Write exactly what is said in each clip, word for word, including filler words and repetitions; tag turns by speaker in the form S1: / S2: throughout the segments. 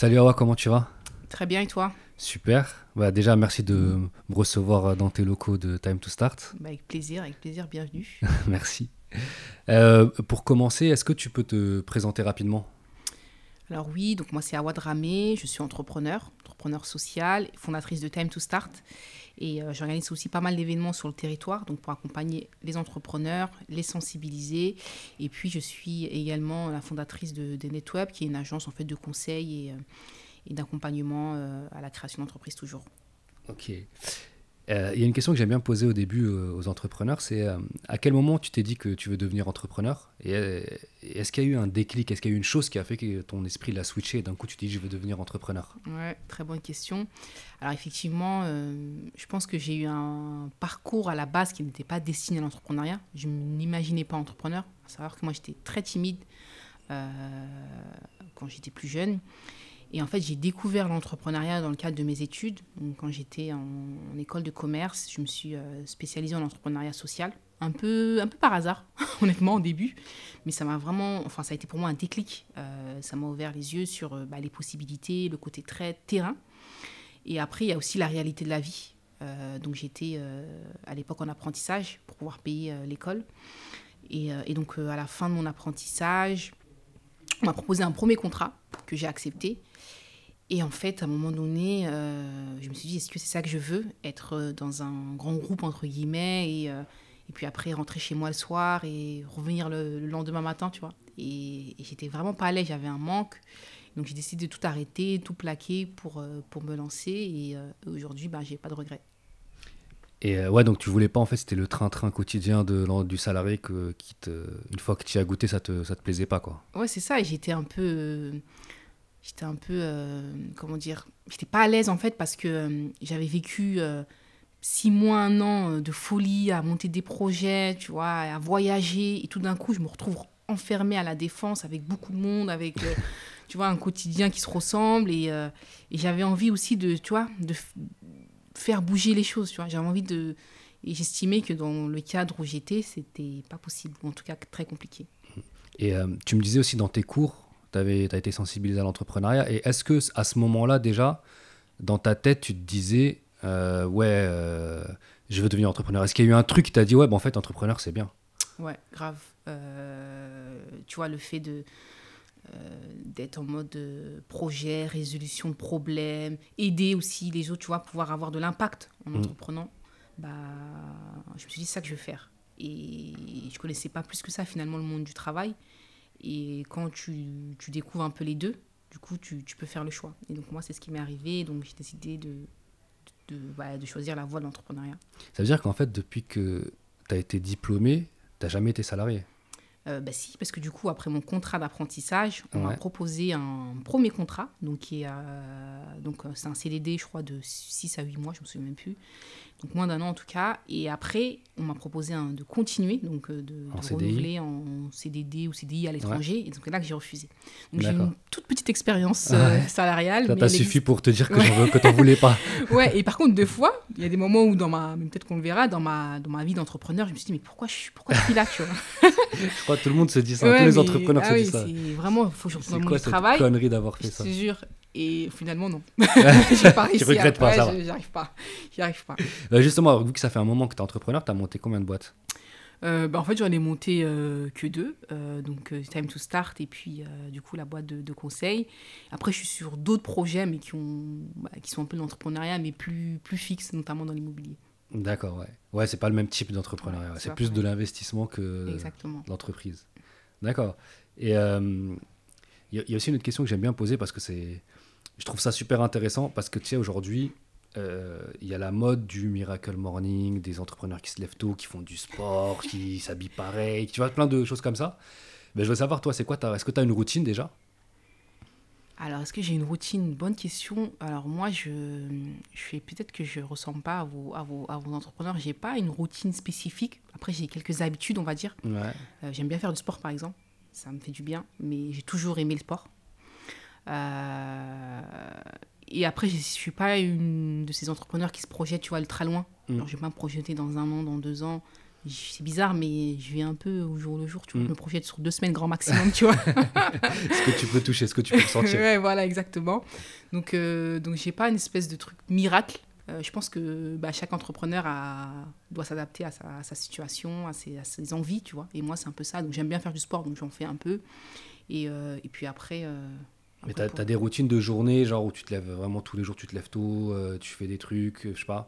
S1: Salut Awa, comment tu vas?
S2: Très bien, et toi?
S1: Super. Bah, déjà, merci de me recevoir dans tes locaux de Time to Start.
S2: Bah, avec plaisir, avec plaisir, bienvenue.
S1: Merci. Euh, pour commencer, est-ce que tu peux te présenter rapidement?
S2: Alors oui, donc moi c'est Awa Dramé, je suis entrepreneur, entrepreneur social, fondatrice de Time to Start. Et euh, j'organise aussi pas mal d'événements sur le territoire, donc pour accompagner les entrepreneurs, les sensibiliser. Et puis je suis également la fondatrice de, de NetWeb, qui est une agence en fait de conseil et, euh, et d'accompagnement euh, à la création d'entreprises toujours.
S1: Ok. Euh, Il y a une question que j'aime bien poser au début euh, aux entrepreneurs, c'est euh, à quel moment tu t'es dit que tu veux devenir entrepreneur? Et euh, est-ce qu'il y a eu un déclic? Est-ce qu'il y a eu une chose qui a fait que ton esprit l'a switché et d'un coup tu t'es dit je veux devenir entrepreneur?
S2: Ouais, très bonne question. Alors effectivement, euh, je pense que j'ai eu un parcours à la base qui n'était pas destiné à l'entrepreneuriat. Je ne m'imaginais pas entrepreneur. À savoir que moi j'étais très timide euh, quand j'étais plus jeune. Et en fait, j'ai découvert l'entrepreneuriat dans le cadre de mes études. Donc, quand j'étais en, en école de commerce, je me suis euh, spécialisée en entrepreneuriat social. Un peu, un peu par hasard, honnêtement, au début. Mais ça m'a vraiment... Enfin, ça a été pour moi un déclic. Euh, ça m'a ouvert les yeux sur euh, bah, les possibilités, le côté très terrain. Et après, il y a aussi la réalité de la vie. Euh, donc, j'étais euh, à l'époque en apprentissage pour pouvoir payer euh, l'école. Et, euh, et donc, euh, à la fin de mon apprentissage, on m'a proposé un premier contrat que j'ai accepté. Et en fait, à un moment donné, euh, je me suis dit, est-ce que c'est ça que je veux? Être euh, dans un grand groupe, entre guillemets, et, euh, et puis après rentrer chez moi le soir et revenir le, le lendemain matin, tu vois. Et, et j'étais vraiment pas à l'aise, j'avais un manque. Donc j'ai décidé de tout arrêter, tout plaquer pour, euh, pour me lancer. Et euh, aujourd'hui, bah, j'ai pas de regrets.
S1: Et euh, ouais, donc tu voulais pas, en fait, c'était le train-train quotidien de, l'en- du salarié que, qui te, une fois que tu y as goûté, ça te, ça te plaisait pas, quoi.
S2: Ouais, c'est ça. Et j'étais un peu... euh, j'étais un peu... euh, comment dire? J'étais pas à l'aise, en fait, parce que euh, j'avais vécu... euh, six mois, un an euh, de folie, à monter des projets, tu vois, à voyager. Et tout d'un coup, je me retrouve enfermée à la défense avec beaucoup de monde, avec, euh, tu vois, un quotidien qui se ressemble. Et, euh, et j'avais envie aussi de, tu vois, de f- faire bouger les choses, tu vois. J'avais envie de... Et j'estimais que dans le cadre où j'étais, c'était pas possible, ou en tout cas très compliqué.
S1: Et euh, tu me disais aussi dans tes cours, tu as été sensibilisé à l'entrepreneuriat. Et est-ce que à ce moment-là, déjà, dans ta tête, tu te disais, euh, ouais, euh, je veux devenir entrepreneur? Est-ce qu'il y a eu un truc qui t'a dit, ouais, bah, en fait, entrepreneur, c'est bien?
S2: Ouais, grave. Euh, tu vois, le fait de euh, d'être en mode euh, projet, résolution de problèmes, aider aussi les autres, tu vois, pouvoir avoir de l'impact en
S1: Mm.
S2: entreprenant, bah, je me suis dit, c'est ça que je veux faire. Et je connaissais pas plus que ça, finalement, le monde du travail. Et quand tu, tu découvres un peu les deux, du coup, tu, tu peux faire le choix. Et donc, moi, c'est ce qui m'est arrivé. Donc, j'ai décidé de, de, voilà, de choisir la voie de l'entrepreneuriat.
S1: Ça veut dire qu'en fait, depuis que tu as été diplômé, tu jamais été salarié.
S2: Euh, bah si, parce que du coup, après mon contrat d'apprentissage, on m'a
S1: Ouais.
S2: proposé un premier contrat. Donc, qui est, euh, donc euh, c'est un C D D, je crois, de six à huit mois, je ne me souviens même plus. Donc, moins d'un an en tout cas. Et après, on m'a proposé un, de continuer, donc euh, de,
S1: En
S2: de
S1: C D I.
S2: renouveler en C D D ou C D I à
S1: Ouais.
S2: l'étranger. Et donc, c'est là que j'ai refusé. Donc, j'ai
S1: D'accord.
S2: une toute petite expérience euh,
S1: Ouais.
S2: salariale,
S1: Ça
S2: mais
S1: t'a
S2: elle
S1: suffi
S2: existe.
S1: pour te dire que
S2: Ouais.
S1: j'en veux, que t'en voulais pas.
S2: Ouais, et par contre, deux fois, il y a des moments où, dans ma, mais peut-être qu'on le verra, dans ma, dans ma vie d'entrepreneur, je me suis dit, mais pourquoi je, suis- pourquoi je suis là, tu vois?
S1: Je crois que tout le monde se dit ça. Tous
S2: Ouais,
S1: les
S2: mais
S1: entrepreneurs se
S2: ah
S1: disent
S2: oui,
S1: ça.
S2: c'est vraiment, il faut que je retourne
S1: C'est
S2: dans le monde
S1: quoi
S2: du
S1: cette
S2: travail,
S1: connerie d'avoir
S2: je
S1: fait
S2: te
S1: ça?
S2: jure. Et finalement, non. J'ai pas
S1: Tu
S2: réussi
S1: regrettes pas,
S2: après,
S1: ça va.
S2: je- j'arrive pas. J'y arrive pas.
S1: Euh, justement, vu que ça fait un moment que t'es entrepreneur, t'as monté combien de boîtes?
S2: Euh, bah, en fait, j'en ai monté euh, que deux. Euh, donc, euh, Time to Start et puis, euh, du coup, la boîte de, de conseil. Après, je suis sur d'autres projets, mais qui, ont, bah, qui sont un peu de l'entrepreneuriat, mais plus, plus fixes, notamment dans l'immobilier.
S1: D'accord, ouais. Ouais, c'est pas le même type
S2: Ouais,
S1: d'entrepreneuriat. Ouais.
S2: c'est
S1: C'est
S2: pas
S1: plus de
S2: pareil.
S1: l'investissement que
S2: Exactement.
S1: de l'entreprise. D'accord. Et euh, il y, a- y a aussi une autre question que j'aime bien poser parce que c'est, je trouve ça super intéressant parce que tu sais, aujourd'hui, euh, il y a la mode du Miracle Morning, des entrepreneurs qui se lèvent tôt, qui font du sport, qui s'habillent pareil, tu vois, plein de choses comme ça. Mais je veux savoir, toi, c'est quoi ta, est-ce que tu as une routine déjà?
S2: Alors, est-ce que j'ai une routine? Bonne question. Alors, moi, je, je fais peut-être que je ne ressemble pas à vos, à vos, à vos entrepreneurs. Je n'ai pas une routine spécifique. Après, j'ai quelques habitudes, on va dire.
S1: Ouais.
S2: Euh, j'aime bien faire du sport, par exemple. Ça me fait du bien, mais j'ai toujours aimé le sport. Euh, et après, je ne suis pas une de ces entrepreneurs qui se projettent, tu vois, ultra loin.
S1: Mm.
S2: Alors, je ne vais pas me projeter dans un an, dans deux ans. c'est bizarre, mais je vis un peu au jour le jour, tu vois.
S1: Mm.
S2: Je me projette sur deux semaines grand maximum, tu vois.
S1: Ce que tu peux toucher, ce que tu peux sentir.
S2: Ouais, voilà, exactement. Donc, euh, donc j'ai pas une espèce de truc miracle. Euh, je pense que bah, chaque entrepreneur a, doit s'adapter à sa, à sa situation, à ses, à ses envies, tu vois. Et moi, c'est un peu ça. Donc, j'aime bien faire du sport, donc j'en fais un peu. Et, euh, et puis après... Euh,
S1: Mais
S2: après
S1: t'as,
S2: pour-
S1: t'as des routines de journée, genre où tu te lèves vraiment tous les jours, tu te lèves tôt, euh, tu fais des trucs, euh, je sais pas.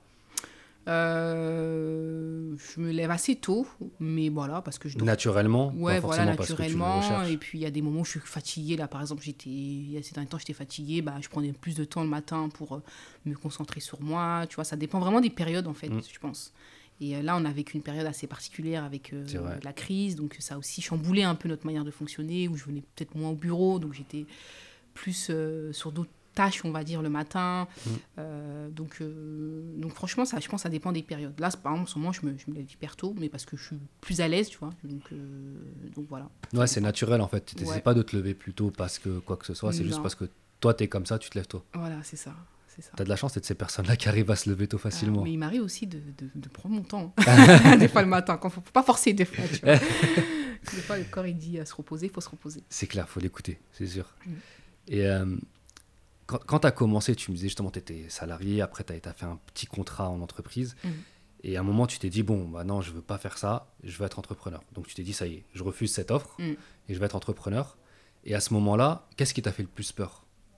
S2: Euh, je me lève assez tôt, mais voilà, parce que je dors.
S1: Naturellement, pas
S2: Ouais, voilà,
S1: forcément parce que tu le
S2: naturellement. Et
S1: recherches.
S2: puis, il y a des moments où je suis fatiguée. Là, par exemple, j'étais, il y a ces derniers temps, j'étais fatiguée. Bah, je prenais plus de temps le matin pour euh, me concentrer sur moi. Tu vois, ça dépend vraiment des périodes, en fait,
S1: Mm.
S2: je pense. Et euh, là, on a vécu une période assez particulière avec euh,
S1: C'est vrai.
S2: la crise. Donc, ça a aussi chamboulé un peu notre manière de fonctionner, où je venais peut-être moins au bureau. Donc, j'étais plus euh, sur d'autres tâches, on va dire, le matin.
S1: Mm.
S2: Euh, donc, euh, donc, franchement, ça, je pense que ça dépend des périodes. Là, par exemple, en ce moment, je me, je me lève hyper tôt, mais parce que je suis plus à l'aise, tu vois. Donc, euh, donc voilà.
S1: Ouais, c'est naturel en fait. Tu n'essaies
S2: Ouais.
S1: pas de te lever plus tôt parce que quoi que ce soit, c'est juste
S2: Non.
S1: parce que toi, t'es comme ça, tu te lèves tôt.
S2: Voilà, c'est ça. C'est ça.
S1: T'as de la chance d'être ces personnes-là qui arrivent à se lever tôt
S2: Ah,
S1: facilement.
S2: mais il m'arrive aussi de, de, de prendre mon temps. hein. Des fois le matin, quand faut, faut pas forcer des fois. Tu vois. Des fois, le corps, il dit à se reposer, il faut se reposer.
S1: C'est clair, faut l'écouter, c'est sûr.
S2: Mm.
S1: Et euh, quand, quand tu as commencé, tu me disais justement, tu étais salarié, après tu as fait un petit contrat en entreprise.
S2: Mm.
S1: Et à un moment, tu t'es dit, bon, bah non, je veux pas faire ça, je veux être entrepreneur. Donc tu t'es dit, ça y est, je refuse cette offre
S2: Mm.
S1: et je vais être entrepreneur. Et à ce moment-là, qu'est-ce qui t'a fait le plus peur?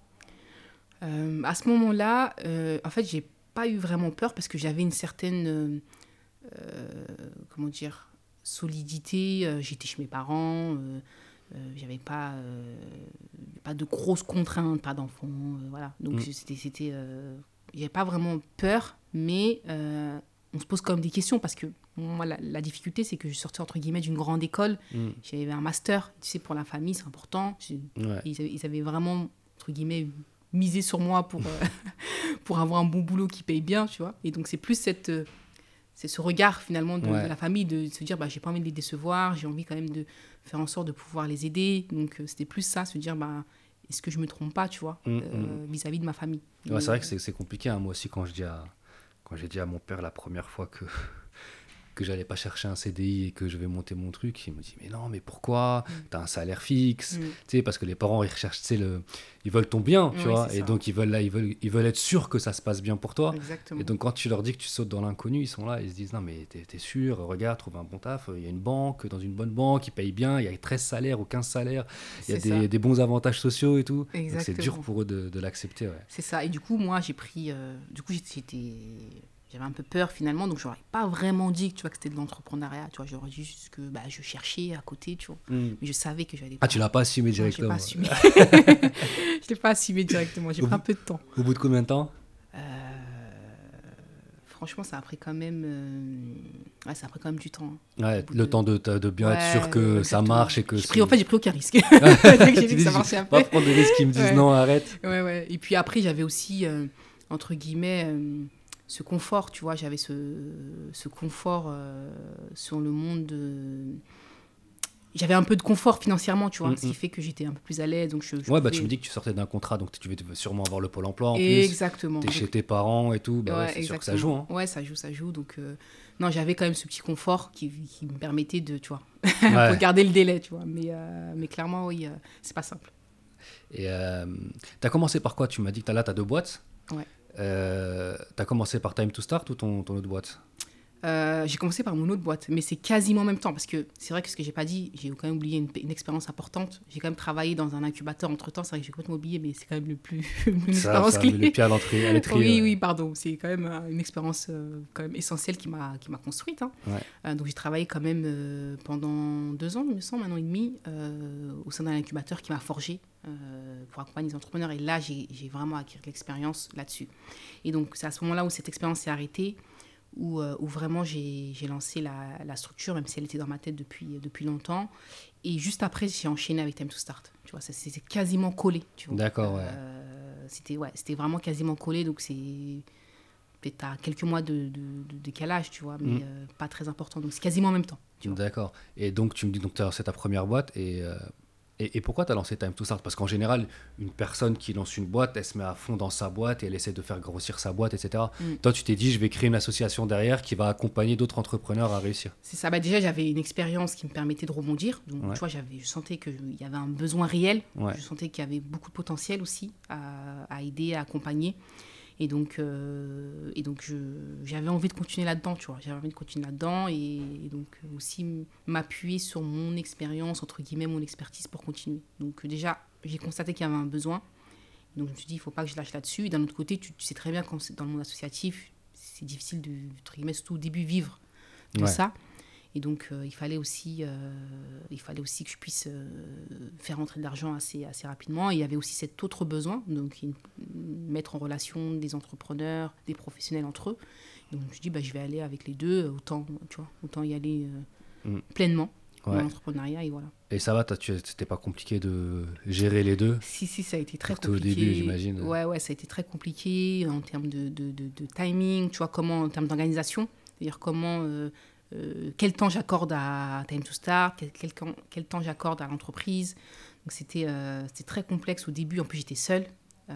S2: Euh, à ce moment-là, euh, en fait, j'ai pas eu vraiment peur parce que j'avais une certaine, euh, euh, comment dire, solidité. Euh, j'étais chez mes parents, euh, euh, j'avais pas, euh, pas de grosses contraintes, pas d'enfants, euh, voilà. Donc
S1: Mm.
S2: c'était, c'était, euh, j'avais pas vraiment peur, mais euh, on se pose quand même des questions parce que moi, la, la difficulté, c'est que je sortais entre guillemets d'une grande école.
S1: Mm.
S2: J'avais un master, tu sais, pour la famille, c'est important. J'ai-
S1: Ouais.
S2: ils avaient, ils avaient vraiment, entre guillemets, misé sur moi pour, euh, pour avoir un bon boulot qui paye bien, tu vois. Et donc, c'est plus cette, euh, c'est ce regard, finalement, de,
S1: Ouais.
S2: de la famille, de se dire, bah, j'ai pas envie de les décevoir, j'ai envie quand même de faire en sorte de pouvoir les aider. Donc, euh, c'était plus ça, se dire, bah, est-ce que je me trompe pas, tu vois,
S1: Mm,
S2: euh, vis-à-vis de ma famille.
S1: Ouais,
S2: Et,
S1: c'est vrai que c'est c'est compliqué. Hein. Moi aussi, quand je dis à, quand j'ai dit à mon père la première fois que que j'allais pas chercher un C D I et que je vais monter mon truc, il me dit mais non, mais pourquoi?
S2: Mm.
S1: T'as un salaire fixe,
S2: Mm.
S1: tu sais, parce que les parents ils recherchent, tu sais, le, ils veulent ton bien, tu
S2: Oui,
S1: vois,
S2: c'est
S1: et
S2: ça.
S1: donc ils veulent là, ils veulent, ils veulent être sûrs que ça se passe bien pour toi.
S2: Exactement.
S1: Et donc quand tu leur dis que tu sautes dans l'inconnu, ils sont là, ils se disent non mais t'es, t'es sûr, regarde, trouve un bon taf, il y a une banque, dans une bonne banque, ils payent bien, il y a treize salaires ou quinze salaires, il y a
S2: C'est
S1: des,
S2: ça.
S1: des bons avantages sociaux et tout. Donc c'est
S2: Exactement.
S1: dur pour eux de, de l'accepter, ouais.
S2: C'est ça. Et du coup, moi, j'ai pris. euh, du coup, j'étais. J'avais un peu peur finalement, donc j'aurais pas vraiment dit tu vois, que c'était de l'entrepreneuriat. Tu vois, j'aurais dit juste que bah, je cherchais à côté, tu vois.
S1: Mm.
S2: Mais je savais que j'allais
S1: Ah,
S2: pas.
S1: tu l'as pas assumé
S2: Non, je l'ai
S1: directement.
S2: pas assumé. Je l'ai pas assumé directement. J'ai
S1: Au
S2: pris un
S1: bout-
S2: peu de temps.
S1: Au bout de combien de temps?
S2: Euh, Franchement, ça a pris quand même. euh, Ouais, ça a pris quand même du temps. hein.
S1: Ouais,
S2: Au bout
S1: le
S2: de-
S1: temps de, de bien être sûr
S2: Ouais,
S1: que ça
S2: exactement.
S1: marche et que
S2: J'ai pris,
S1: c'est-
S2: en fait, j'ai pris aucun risque. Dès que j'ai
S1: Tu
S2: vu que ça
S1: dis,
S2: marchait un
S1: pas
S2: peu.
S1: prendre de risques qui me disent
S2: Ouais.
S1: non, arrête.
S2: Ouais, ouais. Et puis après, j'avais aussi, euh, entre guillemets, euh, ce confort, tu vois. J'avais ce, ce confort euh, sur le monde de... J'avais un peu de confort financièrement, tu vois,
S1: Mm,
S2: ce qui
S1: mm.
S2: fait que j'étais un peu plus à l'aise. Donc je, je
S1: Ouais, bah
S2: pouvais-
S1: tu me dis que tu sortais d'un contrat, donc tu vas sûrement avoir le Pôle emploi en plus.
S2: Exactement.
S1: T'es
S2: Donc,
S1: chez tes parents et tout, bah ouais,
S2: ouais,
S1: c'est sûr que ça
S2: exactement.
S1: joue. Hein.
S2: Ouais, ça joue, ça joue. Donc, euh, non, j'avais quand même ce petit confort qui, qui me permettait de, tu vois,
S1: Ouais.
S2: regarder le délai, tu vois. Mais, euh, mais clairement, oui, euh, c'est pas simple.
S1: Et euh, t'as commencé par quoi? Tu m'as dit que t'as là, t'as deux boîtes.
S2: Ouais.
S1: Euh, t'as commencé par Time to Start ou ton, ton autre boîte?
S2: Euh, j'ai commencé par mon autre boîte, mais c'est quasiment en même temps parce que c'est vrai que ce que j'ai pas dit, j'ai quand même oublié une, une expérience importante. J'ai quand même travaillé dans un incubateur entre temps. C'est vrai que j'ai complètement oublié, mais c'est quand même le plus une
S1: Ça,
S2: expérience
S1: ça
S2: clé.
S1: met le pied à l'entrée, à l'étrier.
S2: Oui,
S1: ouais.
S2: oui, pardon. C'est quand même euh, une expérience euh, quand même essentielle qui m'a qui m'a construite. Hein.
S1: Ouais.
S2: Euh, donc j'ai travaillé quand même euh, pendant deux ans, il me semble, un an et demi, euh, au sein d'un incubateur qui m'a forgé euh, pour accompagner les entrepreneurs. Et là, j'ai j'ai vraiment acquis de l'expérience là-dessus. Et donc c'est à ce moment-là où cette expérience s'est arrêtée, où, euh, où vraiment j'ai j'ai lancé la, la structure, même si elle était dans ma tête depuis, depuis longtemps. Et juste après, j'ai enchaîné avec Time to Start. Tu vois, ça c'était quasiment collé. Tu vois.
S1: D'accord, ouais.
S2: Euh, c'était ouais, c'était vraiment quasiment collé, donc c'est peut-être à quelques mois de, de, de décalage, tu vois, mais
S1: Mm.
S2: euh, pas très important. Donc c'est quasiment en même temps. Tu vois.
S1: D'accord. Et donc tu me dis donc t'as- c'est ta première boîte et euh, Et, et pourquoi tu as lancé Time to Start? Parce qu'en général, une personne qui lance une boîte, elle se met à fond dans sa boîte et elle essaie de faire grossir sa boîte, et cetera.
S2: Mm.
S1: Toi, tu t'es dit, je vais créer une association derrière qui va accompagner d'autres entrepreneurs à réussir.
S2: C'est ça. Bah, déjà, j'avais une expérience qui me permettait de rebondir. Donc,
S1: Ouais.
S2: tu vois, j'avais, je sentais qu'il y avait un besoin réel.
S1: Ouais.
S2: Je sentais qu'il y avait beaucoup de potentiel aussi à, à aider, à accompagner. Et donc, euh, et donc je, j'avais envie de continuer là-dedans, tu vois. J'avais envie de continuer là-dedans et, et donc aussi m- m'appuyer sur mon expérience, entre guillemets, mon expertise pour continuer. Donc, euh, déjà, j'ai constaté qu'il y avait un besoin. Donc, je me suis dit, il ne faut pas que je lâche là-dessus. Et d'un autre côté, tu, tu sais très bien quand c'est dans le monde associatif, c'est difficile de, entre guillemets, surtout au début, vivre de
S1: Ouais.
S2: ça. Et donc, euh, il, fallait aussi, euh, il fallait aussi que je puisse euh, faire rentrer de l'argent assez, assez rapidement. Et il y avait aussi cet autre besoin, donc une- mettre en relation des entrepreneurs, des professionnels entre eux. Donc, je me suis dit, bah, je vais aller avec les deux, autant, tu vois, autant y aller euh,
S1: Mm.
S2: pleinement dans
S1: Ouais.
S2: l'entrepreneuriat. Et voilà.
S1: Et ça va, t'as- tu- c'était pas compliqué de gérer les deux?
S2: Si, si, ça a été très
S1: Surtout au
S2: compliqué.
S1: début, j'imagine.
S2: Ouais, ouais, ça a été très compliqué en termes de, de, de, de timing, tu vois, comment, en termes d'organisation. C'est-à-dire comment, euh, euh, quel temps j'accorde à Time to Start, quel, quel, quand- quel temps j'accorde à l'entreprise. Donc c'était, euh, c'était très complexe au début. En plus, j'étais seule.